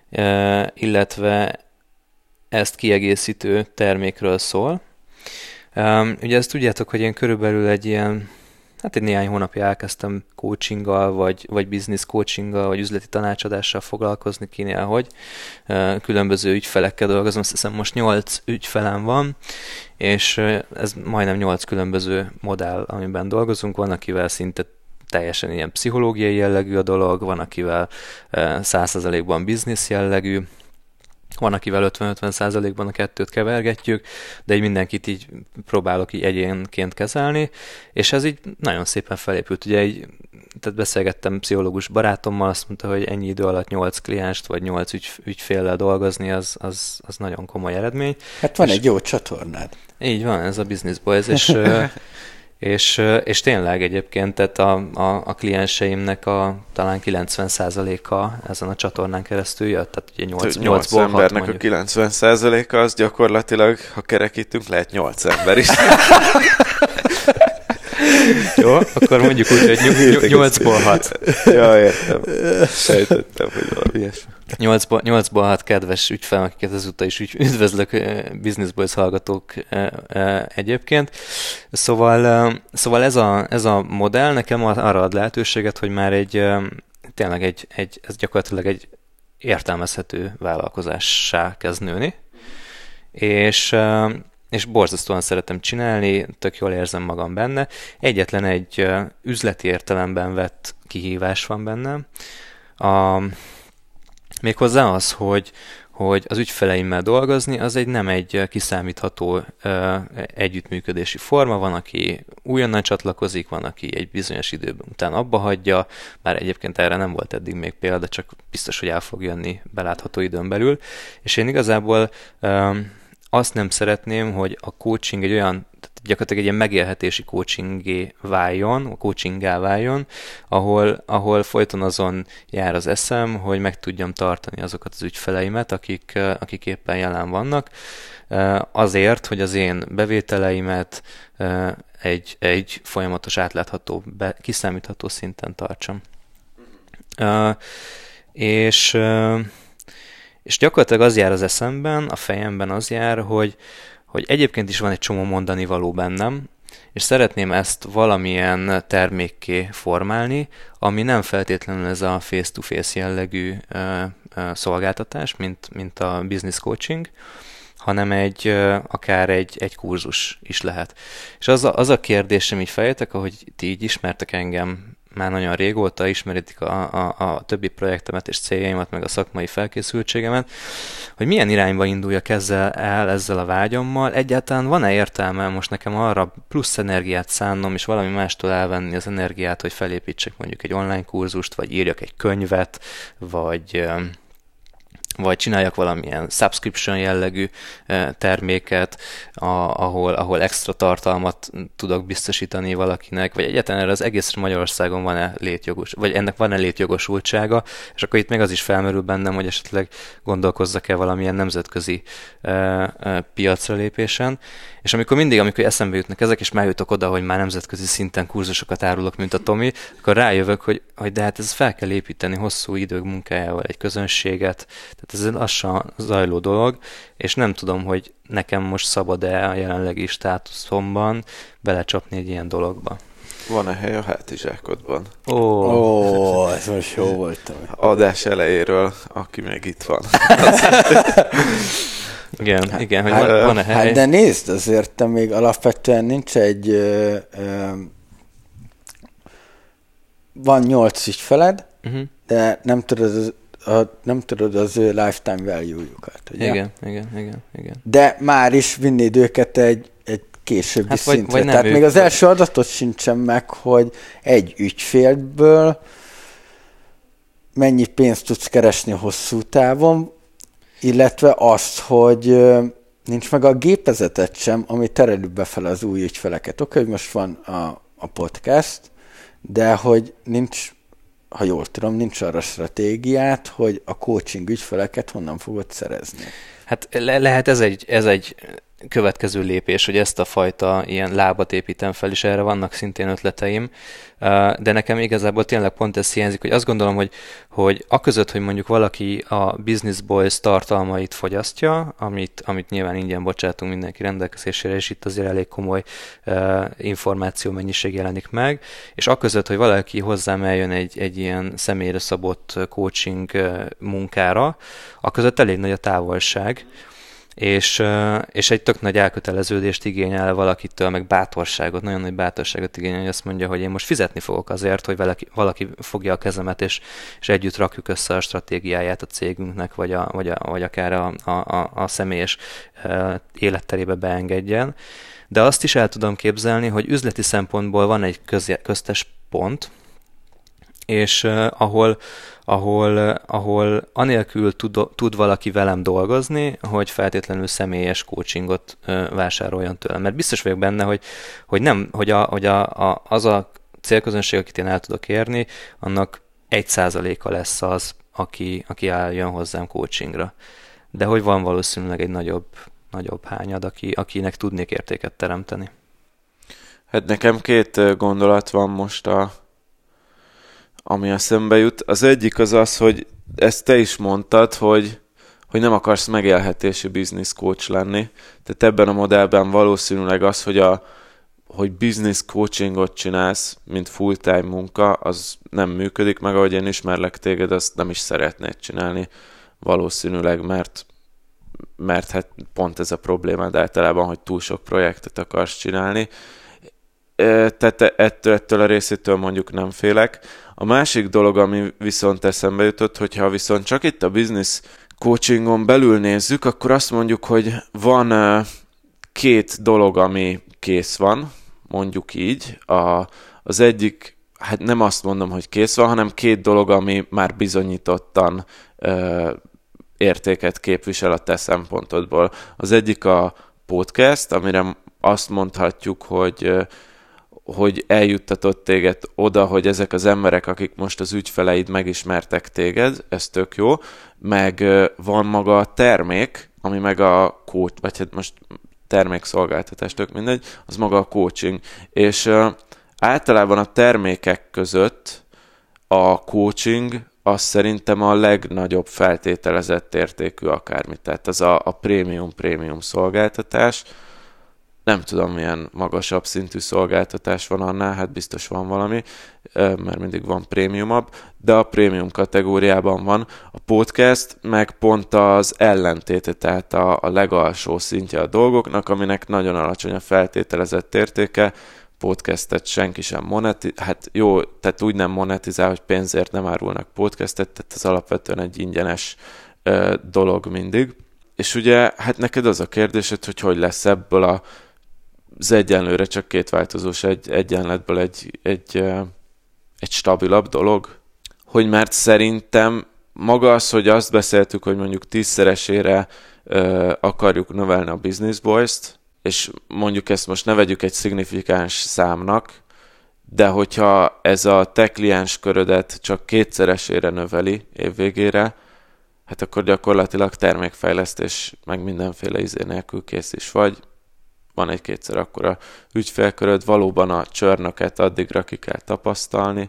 illetve ezt kiegészítő termékről szól. Ugye ezt tudjátok, hogy én körülbelül egy ilyen, hát egy néhány hónapja elkezdtem coachinggal, vagy, vagy business coachinggal, vagy üzleti tanácsadással foglalkozni kinél, hogy különböző ügyfelekkel dolgozom, azt hiszem most nyolc ügyfelem van, és ez majdnem nyolc különböző modell, amiben dolgozunk, van, akivel szinte teljesen ilyen pszichológiai jellegű a dolog, van, akivel száz százalékban biznisz jellegű, van, akivel ötven-ötven százalékban a kettőt kevergetjük, de így mindenkit így próbálok így egyénként kezelni, és ez így nagyon szépen felépült. Ugye így, tehát beszélgettem pszichológus barátommal, azt mondta, hogy ennyi idő alatt nyolc klienst vagy nyolc ügy, ügyféllel dolgozni, az, az, az nagyon komoly eredmény. Hát van és egy jó csatornád. Így van, ez a Business Boys, és... És, és tényleg egyébként tehát a, a, a klienseimnek a talán kilencven százaléka ezen a csatornán keresztül jött, tehát ugye nyolcból hat embernek mondjuk. A kilencven százaléka az gyakorlatilag, ha kerekítünk, lehet nyolc ember is. Jó, akkor mondjuk úgy, hogy nyolcból hat. Ja, értem. Sejtettem, hogy valami ilyesmi. nyolcból hat kedves ügyfel, akiket ezúttal is üdvözlök, Business Boys hallgatók egyébként. Szóval, szóval ez, a, ez a modell nekem arra ad lehetőséget, hogy már egy, tényleg egy, egy, ez gyakorlatilag egy értelmezhető vállalkozássá kezd nőni. És és borzasztóan szeretem csinálni, tök jól érzem magam benne. Egyetlen egy üzleti értelemben vett kihívás van bennem. A, méghozzá az, hogy, hogy az ügyfeleimmel dolgozni, az egy nem egy kiszámítható ö, együttműködési forma. Van, aki újonnan csatlakozik, van, aki egy bizonyos időben után abba hagyja, bár egyébként erre nem volt eddig még példa, csak biztos, hogy el fog jönni belátható időn belül. És én igazából ö, azt nem szeretném, hogy a coaching egy olyan, gyakorlatilag egy ilyen megélhetési coachingé váljon, coachinggá váljon, ahol, ahol folyton azon jár az eszem, hogy meg tudjam tartani azokat az ügyfeleimet, akik, akik éppen jelen vannak, azért, hogy az én bevételeimet egy, egy folyamatos, átlátható, be, kiszámítható szinten tartsam. És... És gyakorlatilag az jár az eszemben, a fejemben az jár, hogy, hogy egyébként is van egy csomó mondani való bennem, és szeretném ezt valamilyen termékké formálni, ami nem feltétlenül ez a face-to-face jellegű ö, ö, szolgáltatás, mint, mint a business coaching, hanem egy, ö, akár egy, egy kurzus is lehet. És az a, az a kérdésem így fejetek, ahogy ti így ismertek engem már nagyon régóta, ismeritek a, a, a többi projektemet és céljaimat, meg a szakmai felkészültségemet, hogy milyen irányba induljak ezzel el, ezzel a vágyammal. Egyáltalán van-e értelme most nekem arra plusz energiát szánnom, és valami mástól elvenni az energiát, hogy felépítsek mondjuk egy online kurzust, vagy írjak egy könyvet, vagy... vagy csináljak valamilyen subscription jellegű terméket, ahol, ahol extra tartalmat tudok biztosítani valakinek, vagy egyáltalán erre az egész Magyarországon van-e létjogos, vagy ennek van-e létjogosultsága, és akkor itt még az is felmerül bennem, hogy esetleg gondolkozzak-e valamilyen nemzetközi piacra lépésen. És amikor mindig, amikor eszembe jutnak ezek, és már jutok oda, hogy már nemzetközi szinten kurzusokat árulok, mint a Tomi, akkor rájövök, hogy, hogy de hát ez fel kell építeni hosszú idők munkájával egy közönséget, tehát ez egy lassan zajló dolog, és nem tudom, hogy nekem most szabad-e a jelenlegi státuszomban belecsapni egy ilyen dologba. Van-e hely a hátizsákodban? Ó, oh. oh, ez most jó volt. Adás elejéről, aki még itt van. Igen, hát, igen, hogy hát, van, van-e hely. Hát de nézd, azért te még alapvetően nincs egy... Ö, ö, van nyolc ügyfeled, uh-huh. de nem tudod az, a, nem tudod az ő lifetime value-jukat. Ugye? Igen, igen, igen, igen. De már is vinnéd őket egy, egy későbbi hát vagy, szintre. Vagy Tehát még az első adatot sincsen meg, hogy egy ügyfélből mennyi pénzt tudsz keresni hosszú távon, illetve azt, hogy nincs meg a gépezetet sem, ami tereli befele az új ügyfeleket. Oké, hogy most van a, a podcast, de hogy nincs, ha jól tudom, nincs arra stratégiát, hogy a coaching ügyfeleket honnan fogod szerezni. Hát le- lehet ez egy, ez egy következő lépés, hogy ezt a fajta ilyen lábat építem fel, és erre vannak szintén ötleteim, de nekem igazából tényleg pont ez hiányzik, hogy azt gondolom, hogy, hogy aközött, hogy mondjuk valaki a Business Boys tartalmait fogyasztja, amit, amit nyilván ingyen bocsátunk mindenki rendelkezésére, és itt azért elég komoly uh, információ mennyiség jelenik meg, és aközött, hogy valaki hozzám eljön egy, egy ilyen személyre szabott coaching munkára, aközött elég nagy a távolság, És, és egy tök nagy elköteleződést igényel valakitől, meg bátorságot, nagyon nagy bátorságot igényel, hogy azt mondja, hogy én most fizetni fogok azért, hogy valaki, valaki fogja a kezemet, és, és együtt rakjuk össze a stratégiáját a cégünknek, vagy, a, vagy, a, vagy akár a, a, a személyes életterébe beengedjen. De azt is el tudom képzelni, hogy üzleti szempontból van egy köz, köztes pont, és uh, ahol, ahol, uh, ahol anélkül tud, tud valaki velem dolgozni, hogy feltétlenül személyes coachingot uh, vásároljon tőlem. Mert biztos vagyok benne, hogy, hogy, nem, hogy, a, hogy a, a, az a célközönség, akit én el tudok érni, annak egy százaléka lesz az, aki, aki eljön hozzám coachingra. De hogy van valószínűleg egy nagyobb, nagyobb hányad, aki, akinek tudnék értéket teremteni. Hát nekem két gondolat van most a ami eszembe jut. Az egyik az az, hogy ezt te is mondtad, hogy, hogy nem akarsz megélhetési business coach lenni. Tehát ebben a modellben valószínűleg az, hogy, a, hogy business coachingot csinálsz, mint full-time munka, az nem működik, meg ahogy én ismerlek téged, azt nem is szeretnéd csinálni valószínűleg, mert mert hát pont ez a problémád általában, hogy túl sok projektet akarsz csinálni. Tehát ettől, ettől a részétől mondjuk nem félek. A másik dolog, ami viszont eszembe jutott, hogyha viszont csak itt a business coachingon belül nézzük, akkor azt mondjuk, hogy van két dolog, ami kész van, mondjuk így. A, az egyik, hát nem azt mondom, hogy kész van, hanem két dolog, ami már bizonyítottan ö, értéket képvisel a te szempontodból. Az egyik a podcast, amire azt mondhatjuk, hogy hogy eljuttatott téged oda, hogy ezek az emberek, akik most az ügyfeleid megismertek téged, ez tök jó, meg van maga a termék, ami meg a coach, vagy hát most termékszolgáltatás, tök mindegy, az maga a coaching. És uh, általában a termékek között a coaching az szerintem a legnagyobb feltételezett értékű akármi. Tehát az a, a prémium-prémium szolgáltatás. Nem tudom, milyen magasabb szintű szolgáltatás van annál, hát biztos van valami, mert mindig van prémiumabb, de a prémium kategóriában van. A podcast meg pont az ellentéte, tehát a, a legalsó szintje a dolgoknak, aminek nagyon alacsony a feltételezett értéke. Podcastet senki sem monetizál, hát jó, tehát úgy nem monetizál, hogy pénzért nem árulnak podcastet, tehát ez alapvetően egy ingyenes ö, dolog mindig. És ugye, hát neked az a kérdésed, hogy hogy lesz ebből a az egyenlőre csak két változós egy, egyenletből egy, egy, egy stabilabb dolog. Hogy mert szerintem maga az, hogy azt beszéltük, hogy mondjuk tízszeresére ö, akarjuk növelni a Business Boys-t, és mondjuk ezt most ne vegyük egy szignifikáns számnak, de hogyha ez a te kliens körödet csak kétszeresére növeli évvégére, hát akkor gyakorlatilag termékfejlesztés meg mindenféle izé nélkül kész is vagy. Van egy-kétszer akkora ügyfélköröd, valóban a csörnöket addigra ki kell tapasztalni.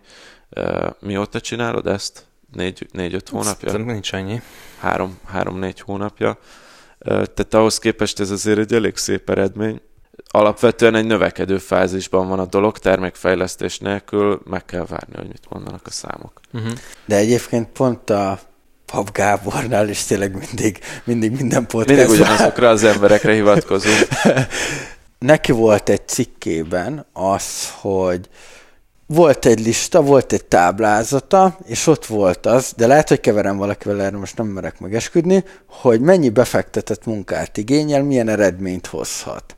Mióta csinálod ezt? Négy, négy-öt hónapja? Szerintem nincs annyi. Három, három-négy hónapja. Tehát ahhoz képest ez azért egy elég szép eredmény. Alapvetően egy növekedő fázisban van a dolog, termékfejlesztés nélkül meg kell várni, hogy mit mondanak a számok. Uh-huh. De egyébként pont a Pap Gábornál is tényleg mindig, mindig minden podcastban. Mindig ugyanazokra az emberekre hivatkozunk. Neki volt egy cikkében az, hogy volt egy lista, volt egy táblázata, és ott volt az, de lehet, hogy keverem valakivel, erre most nem merek megesküdni, hogy mennyi befektetett munkát igényel, milyen eredményt hozhat.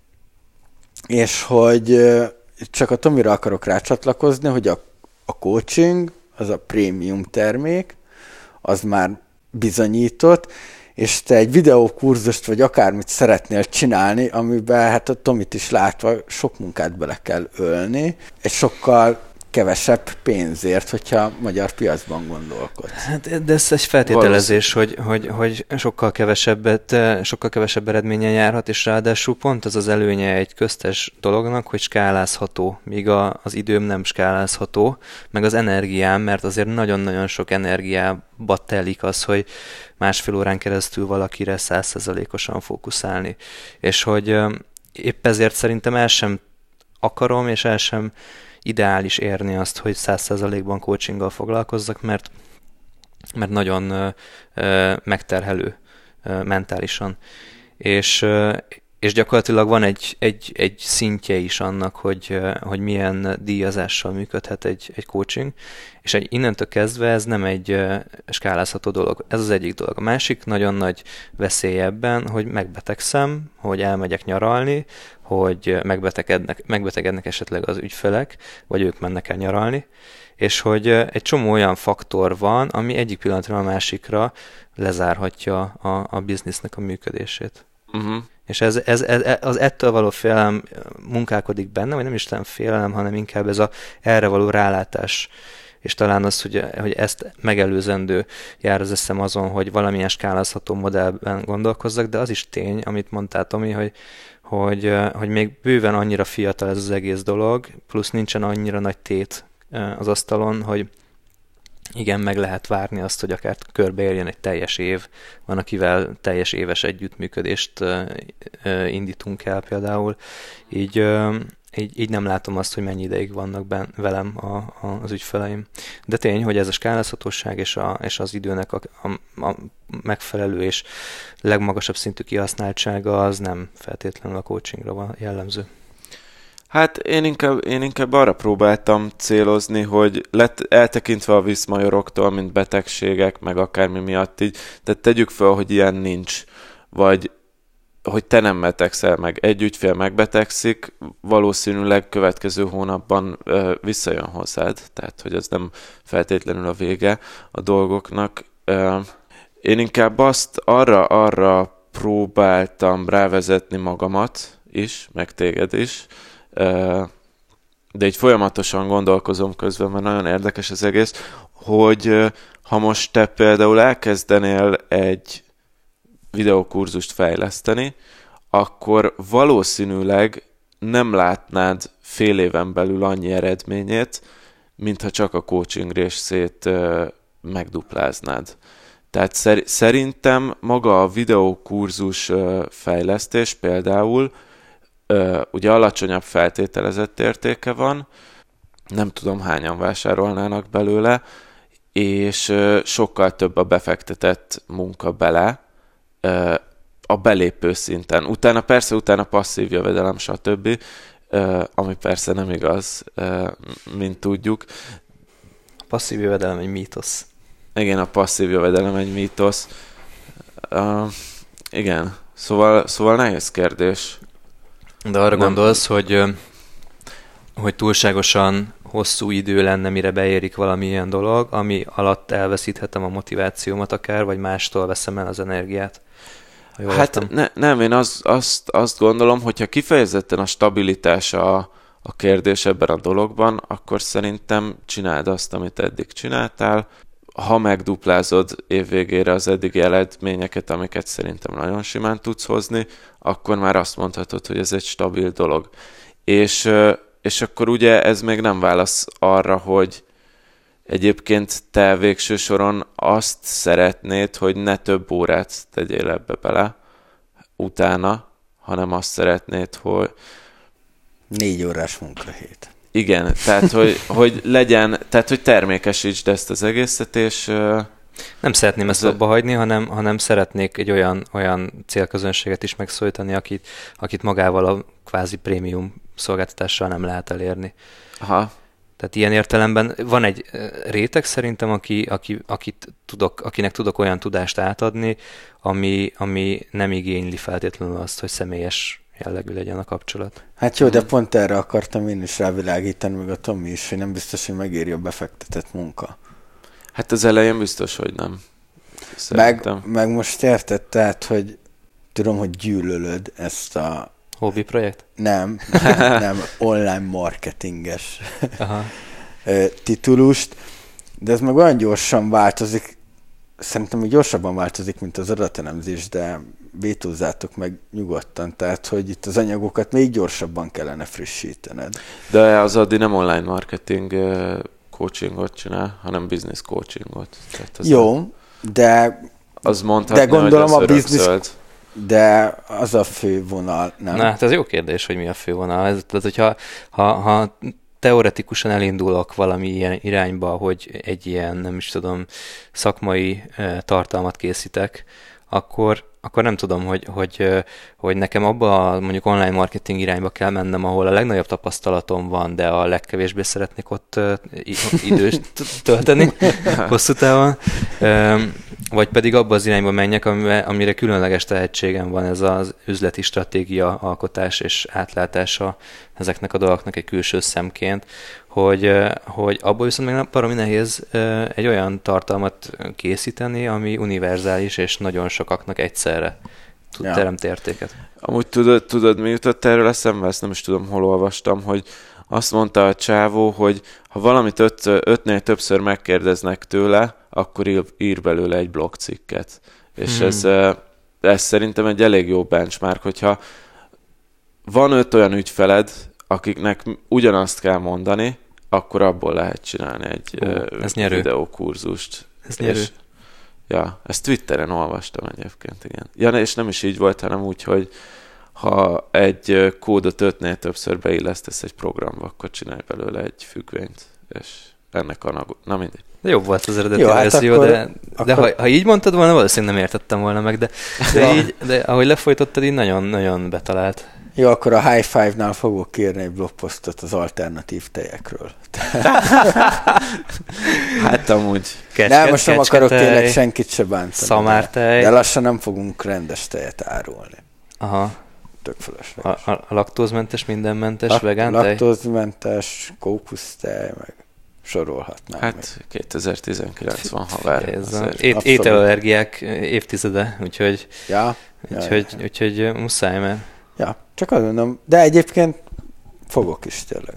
És hogy csak a Tomira akarok rácsatlakozni, hogy a, a coaching, az a prémium termék, az már bizonyított, és te egy videókurzust, vagy akármit szeretnél csinálni, amiben hát a Tomit is látva sok munkát bele kell ölni, egy sokkal kevesebb pénzért, hogyha magyar piacban gondolkodsz. Hát, de ez egy feltételezés, hogy, hogy, hogy sokkal kevesebbet, sokkal kevesebb eredményen járhat, és ráadásul pont az az előnye egy köztes dolognak, hogy skálázható, míg a, az időm nem skálázható, meg az energiám, mert azért nagyon-nagyon sok energiába telik az, hogy másfél órán keresztül valakire száz százalékosan fókuszálni. És hogy épp ezért szerintem el sem akarom, és el sem ideális érni azt, hogy száz százalékban coachinggal foglalkozzak, mert, mert nagyon ö, ö, megterhelő ö, mentálisan. És, ö, és gyakorlatilag van egy, egy, egy szintje is annak, hogy, ö, hogy milyen díjazással működhet egy, egy coaching, és egy, innentől kezdve ez nem egy ö, skálázható dolog. Ez az egyik dolog. A másik nagyon nagy veszély ebben, hogy megbetegszem, hogy elmegyek nyaralni, hogy megbetegednek, megbetegednek esetleg az ügyfelek, vagy ők mennek el nyaralni, és hogy egy csomó olyan faktor van, ami egyik pillanatra a másikra lezárhatja a, a biznisznek a működését. Uh-huh. És ez, ez, ez, az ettől való félelem munkálkodik benne, vagy nem is nem félelem, hanem inkább ez a erre való rálátás, és talán az, hogy, hogy ezt megelőzendő jár az eszem azon, hogy valamilyen skálázható modellben gondolkozzak, de az is tény, amit mondtál, Tomi, hogy Hogy, hogy még bőven annyira fiatal ez az egész dolog, plusz nincsen annyira nagy tét az asztalon, hogy igen, meg lehet várni azt, hogy akár körbeérjen egy teljes év, van, akivel teljes éves együttműködést indítunk el például. Így így, így nem látom azt, hogy mennyi ideig vannak ben, velem a, a, az ügyfeleim. De tény, hogy ez a skálázhatóság és, a, és az időnek a, a, a megfelelő és legmagasabb szintű kihasználtsága az nem feltétlenül a coachingra van jellemző. Hát én inkább, én inkább arra próbáltam célozni, hogy lett, eltekintve a viszmajoroktól, mint betegségek, meg akármi miatt így, tehát tegyük fel, hogy ilyen nincs, vagy hogy te nem betegszel meg, egy ügyfél megbetegszik, valószínűleg következő hónapban ö, visszajön hozzád, tehát hogy ez nem feltétlenül a vége a dolgoknak. Ö, én inkább azt arra, arra próbáltam rávezetni magamat is, meg téged is, ö, de így folyamatosan gondolkozom közben, mert nagyon érdekes az egész, hogy ö, ha most te például elkezdenél egy videókurzust fejleszteni, akkor valószínűleg nem látnád fél éven belül annyi eredményét, mintha csak a coaching részét ö, megdupláznád. Tehát szer- szerintem maga a videókurzus ö, fejlesztés például ö, ugye alacsonyabb feltételezett értéke van, nem tudom hányan vásárolnának belőle, és ö, sokkal több a befektetett munka bele, a belépő szinten. Utána persze, utána passzív jövedelem, stb., ami persze nem igaz, mint tudjuk. A passzív jövedelem egy mítosz. Igen, a passzív jövedelem egy mítosz. Uh, igen, szóval, szóval nehéz kérdés. De arra nem. gondolsz, hogy, hogy túlságosan hosszú idő lenne, mire beérik valamilyen dolog, ami alatt elveszíthetem a motivációmat akár, vagy mástól veszem el az energiát? Hát ne, nem, én az, azt, azt gondolom, hogyha kifejezetten a stabilitás a, a kérdés ebben a dologban, akkor szerintem csináld azt, amit eddig csináltál. Ha megduplázod évvégére az eddigi eredményeket, amiket szerintem nagyon simán tudsz hozni, akkor már azt mondhatod, hogy ez egy stabil dolog. És, és akkor ugye ez még nem válasz arra, hogy egyébként te végső soron azt szeretnéd, hogy ne több órát tegyél ebbe bele utána, hanem azt szeretnéd, hogy... Négy órás munkahét. Igen, tehát hogy, hogy legyen, tehát hogy termékesítsd ezt az egészet, és... Nem szeretném ezt abba hagyni, hanem, hanem szeretnék egy olyan, olyan célközönséget is megszólítani, akit, akit magával a kvázi prémium szolgáltatással nem lehet elérni. Aha. Tehát ilyen értelemben van egy réteg szerintem, aki, aki, akit tudok, akinek tudok olyan tudást átadni, ami, ami nem igényli feltétlenül azt, hogy személyes jellegű legyen a kapcsolat. Hát jó, de pont erre akartam én is rávilágítani, meg a Tomi is, hogy nem biztos, hogy megéri a befektetett munka. Hát az elején biztos, hogy nem. Meg, meg most érted, tehát, hogy tudom, hogy gyűlölöd ezt a... Hobby projekt? Nem, nem, nem online marketinges Aha. titulust, de ez meg olyan gyorsan változik, szerintem még gyorsabban változik, mint az adatelemzés, de vétózzátok meg nyugodtan, tehát, hogy itt az anyagokat még gyorsabban kellene frissítened. De az Adi nem online marketing coachingot csinál, hanem business coachingot. Az Jó, a... de, az mondhatni, de gondolom hogy az a business... zöld. De az a fő vonal, nem? Na, hát ez jó kérdés, hogy mi a fő vonal. Ez, tehát, hogyha ha, ha teoretikusan elindulok valami ilyen irányba, hogy egy ilyen, nem is tudom, szakmai eh, tartalmat készítek, akkor, akkor nem tudom, hogy, hogy, hogy nekem abba a mondjuk online marketing irányba kell mennem, ahol a legnagyobb tapasztalatom van, de a legkevésbé szeretnék ott időt tölteni hosszú távon. Vagy pedig abba az irányba menjek, amire, amire különleges tehetségem van, ez az üzleti stratégia alkotás és átlátása ezeknek a dolgoknak egy külső szemként, hogy, hogy abból viszont még baromi nehéz egy olyan tartalmat készíteni, ami univerzális és nagyon sokaknak egyszerre tud ja. teremteni értéket. Amúgy tudod, tudod, mi jutott erről eszembe? Ezt nem is tudom, hol olvastam, hogy azt mondta a csávó, hogy ha valamit öt, ötnél többször megkérdeznek tőle, akkor ír, ír belőle egy blogcikket. És hmm. ez, ez szerintem egy elég jó benchmark, hogyha van öt olyan ügyfeled, akiknek ugyanazt kell mondani, akkor abból lehet csinálni egy Ó, ez videókurzust. Ez nyerő. És, ja, ezt Twitteren olvastam egyébként, igen. Ja, és nem is így volt, hanem úgy, hogy, ha egy kódot ötnél többször beillesztesz egy programba, akkor csinálj belőle egy függvényt, és ennek a nag... Na mindegy. De jobb volt az eredeti Jó, hát verzió, akkor, de, de akkor... ha, ha így mondtad volna, valószínűleg nem értettem volna meg, de, de, így, de ahogy lefolytottad, így nagyon-nagyon betalált. Jó, akkor a High Five-nál fogok írni egy blogposztot az alternatív tejekről. Hát amúgy. Kecske, nem, most nem akarok tényleg senkit se bántani. Szamártej. De lassan nem fogunk rendes tejet árulni. Aha. Tök fölösleges. A, a, a laktózmentes, mindenmentes, Lak, vegán tej? Laktózmentes, kókusztej, meg sorolhatnám. Hát még. kétezer-tizenkilenc van haver. Ét, ételallergiák évtizede, úgyhogy, ja, úgyhogy, ja, ja. úgyhogy muszáj, mert... Ja, csak azt mondom, de egyébként fogok is tényleg.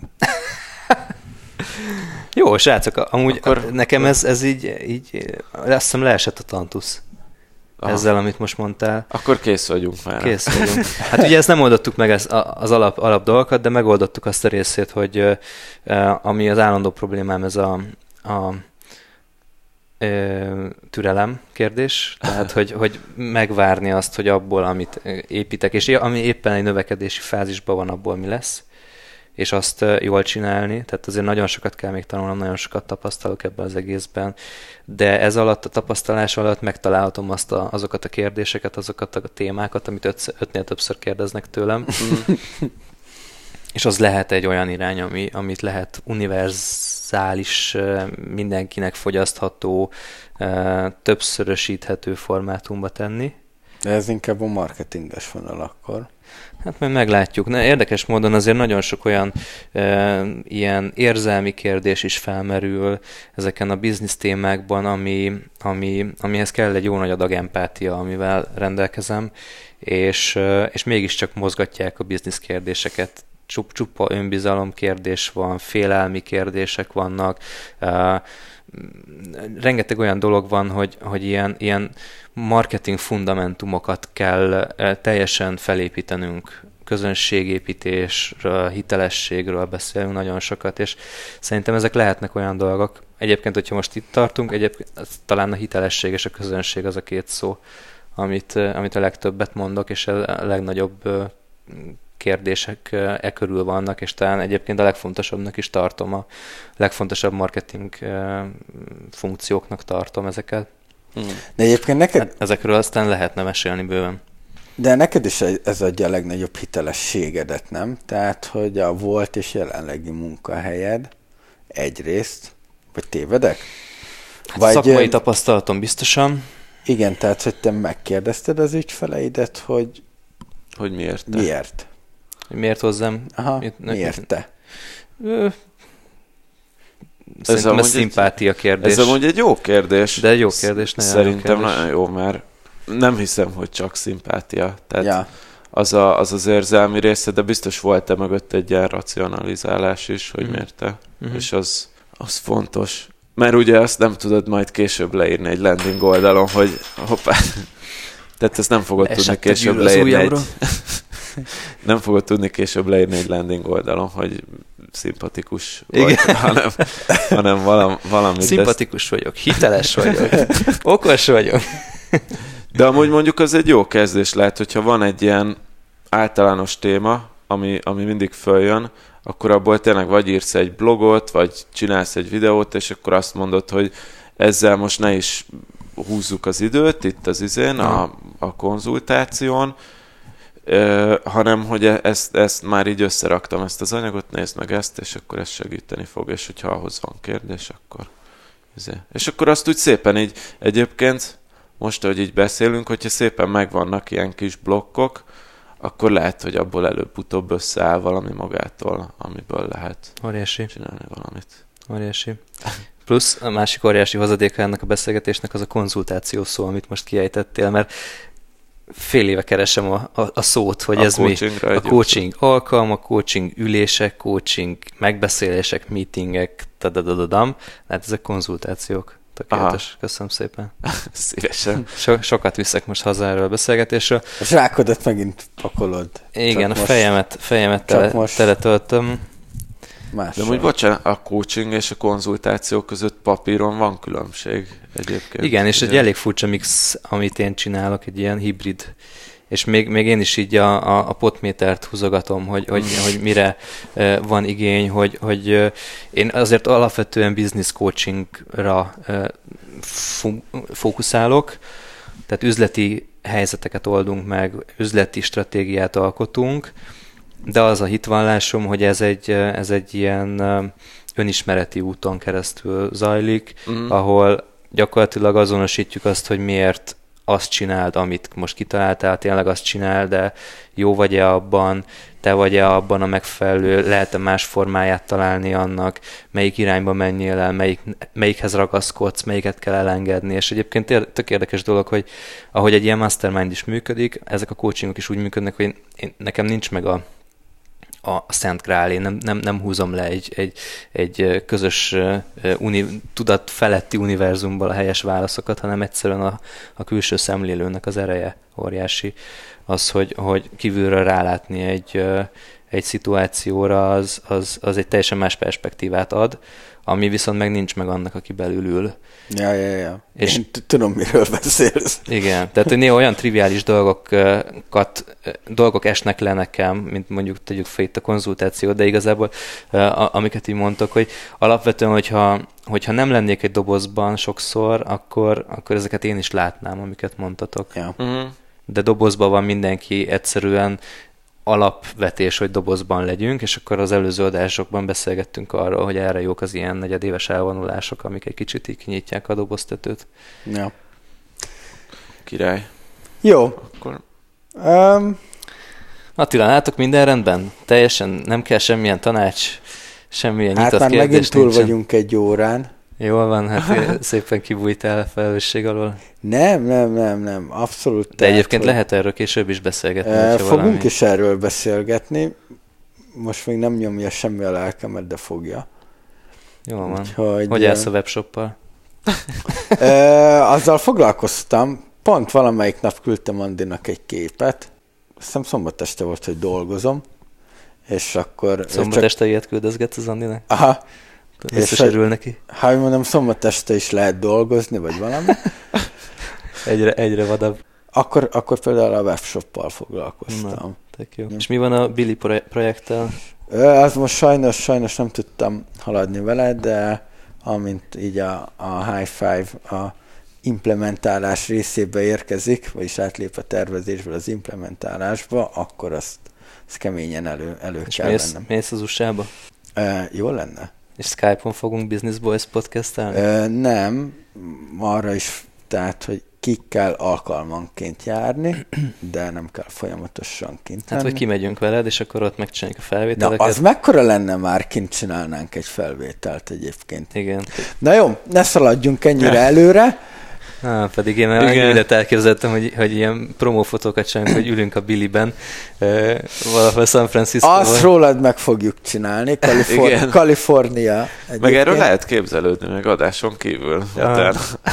Jó, srácok, amúgy akkor, nekem ez, ez így, így azt hiszem leesett a tantusz. Aha. Ezzel, amit most mondtál. Akkor kész vagyunk már. Kész vagyunk. Hát ugye ezt nem oldottuk meg ez, az alap, alap dolgokat, de megoldottuk azt a részét, hogy ami az állandó problémám, ez a, a türelem kérdés, tehát hogy, hogy megvárni azt, hogy abból, amit építek, és ami éppen egy növekedési fázisban van, abból mi lesz, és azt jól csinálni, tehát azért nagyon sokat kell még tanulnom, nagyon sokat tapasztalok ebben az egészben, de ez alatt, a tapasztalás alatt megtalálhatom azt a, azokat a kérdéseket, azokat a témákat, amit öt, ötnél többször kérdeznek tőlem, és az lehet egy olyan irány, ami, amit lehet univerzális, mindenkinek fogyasztható, többszörösíthető formátumba tenni. De ez inkább a marketinges vonal akkor. Hát majd meglátjuk. Na, érdekes módon azért nagyon sok olyan e, ilyen érzelmi kérdés is felmerül ezeken a biznisz témákban, ami, ami, amihez kell egy jó nagy adag empátia, amivel rendelkezem, és, e, és mégiscsak mozgatják a biznisz kérdéseket. Csup, csupa önbizalom kérdés van, félelmi kérdések vannak, e, rengeteg olyan dolog van, hogy, hogy ilyen, ilyen marketing fundamentumokat kell teljesen felépítenünk. Közönségépítésről, hitelességről beszélünk nagyon sokat, és szerintem ezek lehetnek olyan dolgok. Egyébként, hogyha most itt tartunk, egyébként talán a hitelesség és a közönség az a két szó, amit, amit a legtöbbet mondok, és a legnagyobb kérdések e körül vannak, és talán egyébként a legfontosabbnak is tartom, a legfontosabb marketing funkcióknak tartom ezeket. De egyébként neked... Hát ezekről aztán lehetne mesélni bőven. De neked is ez adja a legnagyobb hitelességedet, nem? Tehát, hogy a volt és jelenlegi munkahelyed egyrészt, vagy tévedek? Hát vagy szakmai tapasztalatom biztosan. Igen, tehát, hogy te megkérdezted az ügyfeleidet, hogy hogy miért te? Miért? Miért hozzám? Aha, Itt, miért te? Ö, Szerintem ez, ez szimpátia kérdés. Ez amúgy egy jó kérdés. De egy jó kérdés. Szerintem jó kérdés. Nagyon jó, mert nem hiszem, hogy csak szimpátia. Tehát ja. az, a, az az érzelmi része, de biztos volt-e mögött egy ilyen racionalizálás is, hogy mm. miért te. Mm-hmm. És az, az fontos. Mert ugye azt nem tudod majd később leírni egy landing oldalon, hogy hoppá, tehát ezt nem fogod Esett tudni később leírni egy... nem fogod tudni később leírni egy landing oldalon, hogy szimpatikus vagy, hanem, hanem valami, valami... Szimpatikus vagyok, hiteles vagyok, okos vagyok. De amúgy mondjuk az egy jó kezdés lehet, hogyha van egy ilyen általános téma, ami, ami mindig följön, akkor abból tényleg vagy írsz egy blogot, vagy csinálsz egy videót, és akkor azt mondod, hogy ezzel most ne is húzzuk az időt itt az izén, a, a konzultáción, Uh, hanem, hogy ezt, ezt már így összeraktam, ezt az anyagot, nézd meg ezt, és akkor ez segíteni fog, és hogyha ahhoz van kérdés, akkor ezért. És akkor azt úgy szépen így, egyébként, most, hogy így beszélünk, hogyha szépen megvannak ilyen kis blokkok, akkor lehet, hogy abból előbb-utóbb összeáll valami magától, amiből lehet óriási. Csinálni valamit. Óriási. Plusz a másik óriási hozadéka ennek a beszélgetésnek az a konzultáció szó, amit most kiejtettél, mert fél éve keresem a, a, a szót, hogy a ez mi. A coaching alkalom, a coaching ülések, coaching megbeszélések, meetingek, tadadadadam. Hát ezek konzultációk. Tökéletes. Aha. Köszönöm szépen. Szívesen. So, sokat viszek most haza erről a beszélgetésről. A zsákodat megint pakolod. Igen, csak a fejemet, fejemet tele, teletöltöm. De úgy bocsánat, a coaching és a konzultáció között papíron van különbség egyébként. Igen, és egy elég furcsa mix, amit én csinálok, egy ilyen hibrid, és még, még én is így a, a, a potmétert húzogatom, hogy, hogy, hogy mire van igény, hogy, hogy én azért alapvetően business coachingra fókuszálok, tehát üzleti helyzeteket oldunk meg, üzleti stratégiát alkotunk, de az a hitvallásom, hogy ez egy, ez egy ilyen önismereti úton keresztül zajlik, mm. ahol gyakorlatilag azonosítjuk azt, hogy miért azt csináld, amit most kitaláltál, tényleg azt csinál, de jó vagy-e abban, te vagy-e abban a megfelelő, lehet-e más formáját találni annak, melyik irányba menjél el, melyik, melyikhez ragaszkodsz, melyiket kell elengedni, és egyébként ér, tök érdekes dolog, hogy ahogy egy ilyen mastermind is működik, ezek a coachingok is úgy működnek, hogy én, nekem nincs meg a a Szent Grál, én nem, nem, nem húzom le egy, egy, egy közös uni, tudat feletti univerzumból a helyes válaszokat, hanem egyszerűen a, a külső szemlélőnek az ereje óriási. Az, hogy, hogy kívülről rálátni egy, egy szituációra, az, az, az egy teljesen más perspektívát ad, ami viszont meg nincs meg annak, aki belül ül. Ja, ja, ja. És én tudom, miről beszélsz. Igen, tehát hogy néha olyan triviális dolgokat, dolgok esnek le nekem, mint mondjuk tegyük fel itt a konzultációt, de igazából amiket így mondtok, hogy alapvetően, hogyha, hogyha nem lennék egy dobozban sokszor, akkor, akkor ezeket én is látnám, amiket mondtatok. Ja. Uh-huh. De dobozban van mindenki, egyszerűen alapvetés, hogy dobozban legyünk, és akkor az előző adásokban beszélgettünk arról, hogy erre jók az ilyen negyedéves elvonulások, amik egy kicsit így kinyitják a doboztetőt. Ja. Király. Jó. Akkor... Um... Attila, látok, minden rendben? Teljesen nem kell semmilyen tanács, semmilyen hát nyitott kérdés. Hát már megint túl nincsen. Vagyunk egy órán. Jól van, hát szépen kibújtál a felelősség alól. Nem, nem, nem, nem, abszolút. De tehát, egyébként hogy... lehet erről később is beszélgetni. E, fogunk valami... is erről beszélgetni. Most még nem nyomja semmi a lelkemet, de fogja. Jól van. Úgyhogy, hogy állsz a webshoppal? e, azzal foglalkoztam. Pont valamelyik nap küldtem Andinak egy képet. Azt hiszem szombat este volt, hogy dolgozom. És akkor... Szombat csak... este ilyet küldözgetsz az Andinak? Aha. Biztos örül neki. Ha mondom, szombat este is lehet dolgozni, vagy valami. egyre, egyre vadabb. Akkor, akkor például a webshoppal foglalkoztam. Na, tök jó. És mi van a Billy projekttel? Az most sajnos, sajnos nem tudtam haladni vele, de amint így a, a High Five a implementálás részébe érkezik, vagyis átlép a tervezésből az implementálásba, akkor azt, azt keményen elő, elő és kell mész, vennem. mész az u es á-ba? E, jó lenne. És Skype-on fogunk Business Boys podcastelni? E, nem, arra is, tehát, hogy ki kell alkalmanként járni, de nem kell folyamatosan kint Hát, lenni. hogy kimegyünk veled, és akkor ott megcsináljuk a felvételeket. Na, az mekkora lenne már, kint csinálnánk egy felvételt egyébként. Igen. Na jó, ne szaladjunk ennyire előre. Ah, pedig én mindent elképzeltem, hogy, hogy ilyen promófotókat csinálunk, hogy ülünk a Billyben uh, valahol San Francisco-ban. Azt rólad meg fogjuk csinálni, Kalifor- Kalifornia. Egyébként. Meg erről lehet képzelődni, meg adáson kívül. Ja.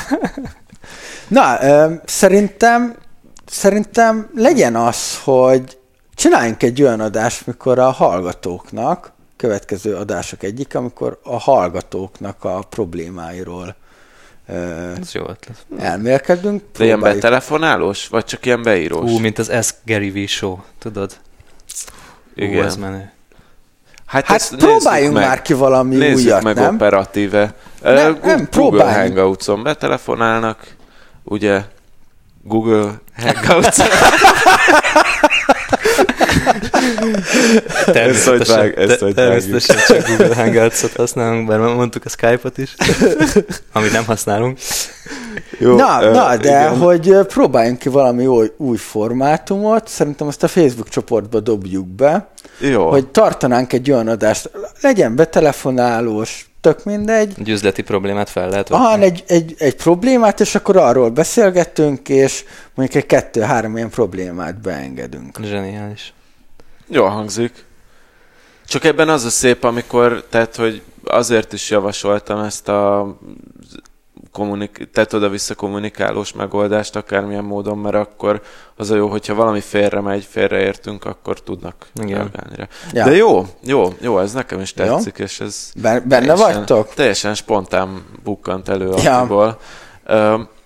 Na, ö, szerintem, szerintem legyen az, hogy csináljunk egy olyan adást, mikor a hallgatóknak, következő adások egyik, amikor a hallgatóknak a problémáiról Ez jó ötlet. elmélkedünk. De ilyen betelefonálós? Vagy csak ilyen beírós? Ú, mint az Ask Gary V show, tudod? Igen. Ú, ez menő. Hát, hát próbáljunk meg, már ki valami nézzük újat, meg nem? operatíve. Nem, uh, nem, Google Hangouts-on betelefonálnak, ugye? Google Hangouts. Természetesen, te, természetesen csak Google Hangouts-ot használunk, bár mondtuk a Skype-ot is, amit nem használunk. Jó, na, uh, na, de igen. Hogy próbáljunk ki valami új, új formátumot, szerintem azt a Facebook csoportba dobjuk be, jó. Hogy tartanánk egy olyan adást, legyen betelefonálós, tök mindegy. Egy üzleti problémát fel lehet vetni. Aha, egy, egy, egy problémát, és akkor arról beszélgettünk, és mondjuk egy kettő-három ilyen problémát beengedünk. Zseniális. Jól hangzik. Csak ebben az a szép, amikor, tehát, hogy azért is javasoltam ezt a kommunik- tehát oda-vissza kommunikálós megoldást akármilyen módon, mert akkor az a jó, hogyha valami félre megy, félreértünk, akkor tudnak reagálni rá. Ja. De jó, jó, jó, ez nekem is tetszik, jó. És ez benne teljesen, vagytok? Teljesen spontán bukkant elő ja. Akiból. Uh,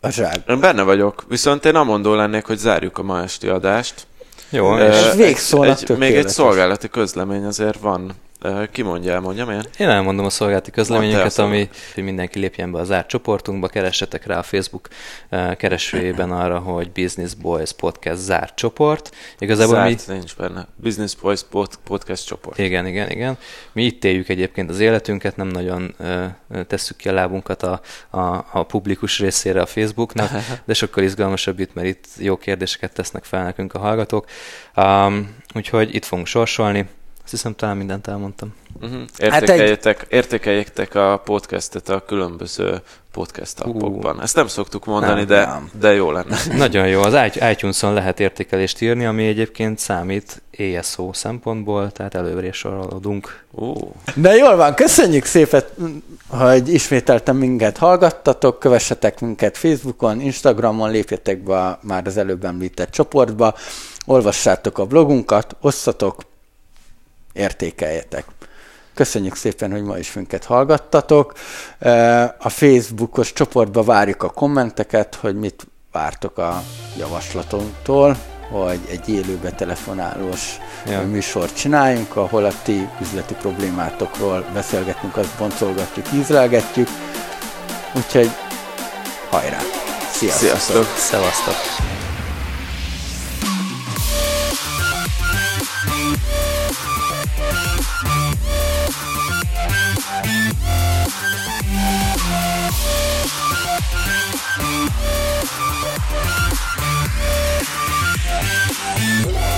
a zsák. Én benne vagyok, viszont én amondó lennék, hogy zárjuk a ma esti adást. Jó, és és végszónak egy, még egy szolgálati közlemény azért van. Ki mondja el, mondjam én? Én elmondom a szolgálati közleményünket, ami hogy mindenki lépjen be a zárt csoportunkba, keressetek rá a Facebook keresőjében arra, hogy Business Boys Podcast zárt csoport. Igazából zárt mi... nincs benne. Business Boys Podcast csoport. Igen, igen, igen. Mi itt éljük egyébként az életünket, nem nagyon uh, tesszük ki a lábunkat a, a, a publikus részére a Facebooknak, de sokkal izgalmasabb itt, mert itt jó kérdéseket tesznek fel nekünk a hallgatók. Um, úgyhogy itt fogunk sorsolni. Azt hiszem, talán mindent elmondtam. Uh-huh. Értékeljétek, hát egy... értékeljétek a podcastet a különböző podcast appokban. Uh. Ezt nem szoktuk mondani, nem, de, nem. de jó lenne. Nagyon jó. Az iTunes-on lehet értékelést írni, ami egyébként számít á es o szempontból, tehát előre sorolódunk. Uh. De jól van, köszönjük szépen, hogy ismételten minket hallgattatok, kövessetek minket Facebookon, Instagramon, lépjetek be már az előbb említett csoportba, olvassátok a blogunkat, osszatok, értékeljetek. Köszönjük szépen, hogy ma is minket hallgattatok. A Facebookos csoportba várjuk a kommenteket, hogy mit vártok a javaslatunktól, hogy egy élőbe telefonálós ja. műsort csináljunk, ahol a ti üzleti problémátokról beszélgetünk, azt boncolgatjuk, ízlelgetjük. Úgyhogy hajrá! Sziasztok! Sziasztok. Szevasztok! Yeah.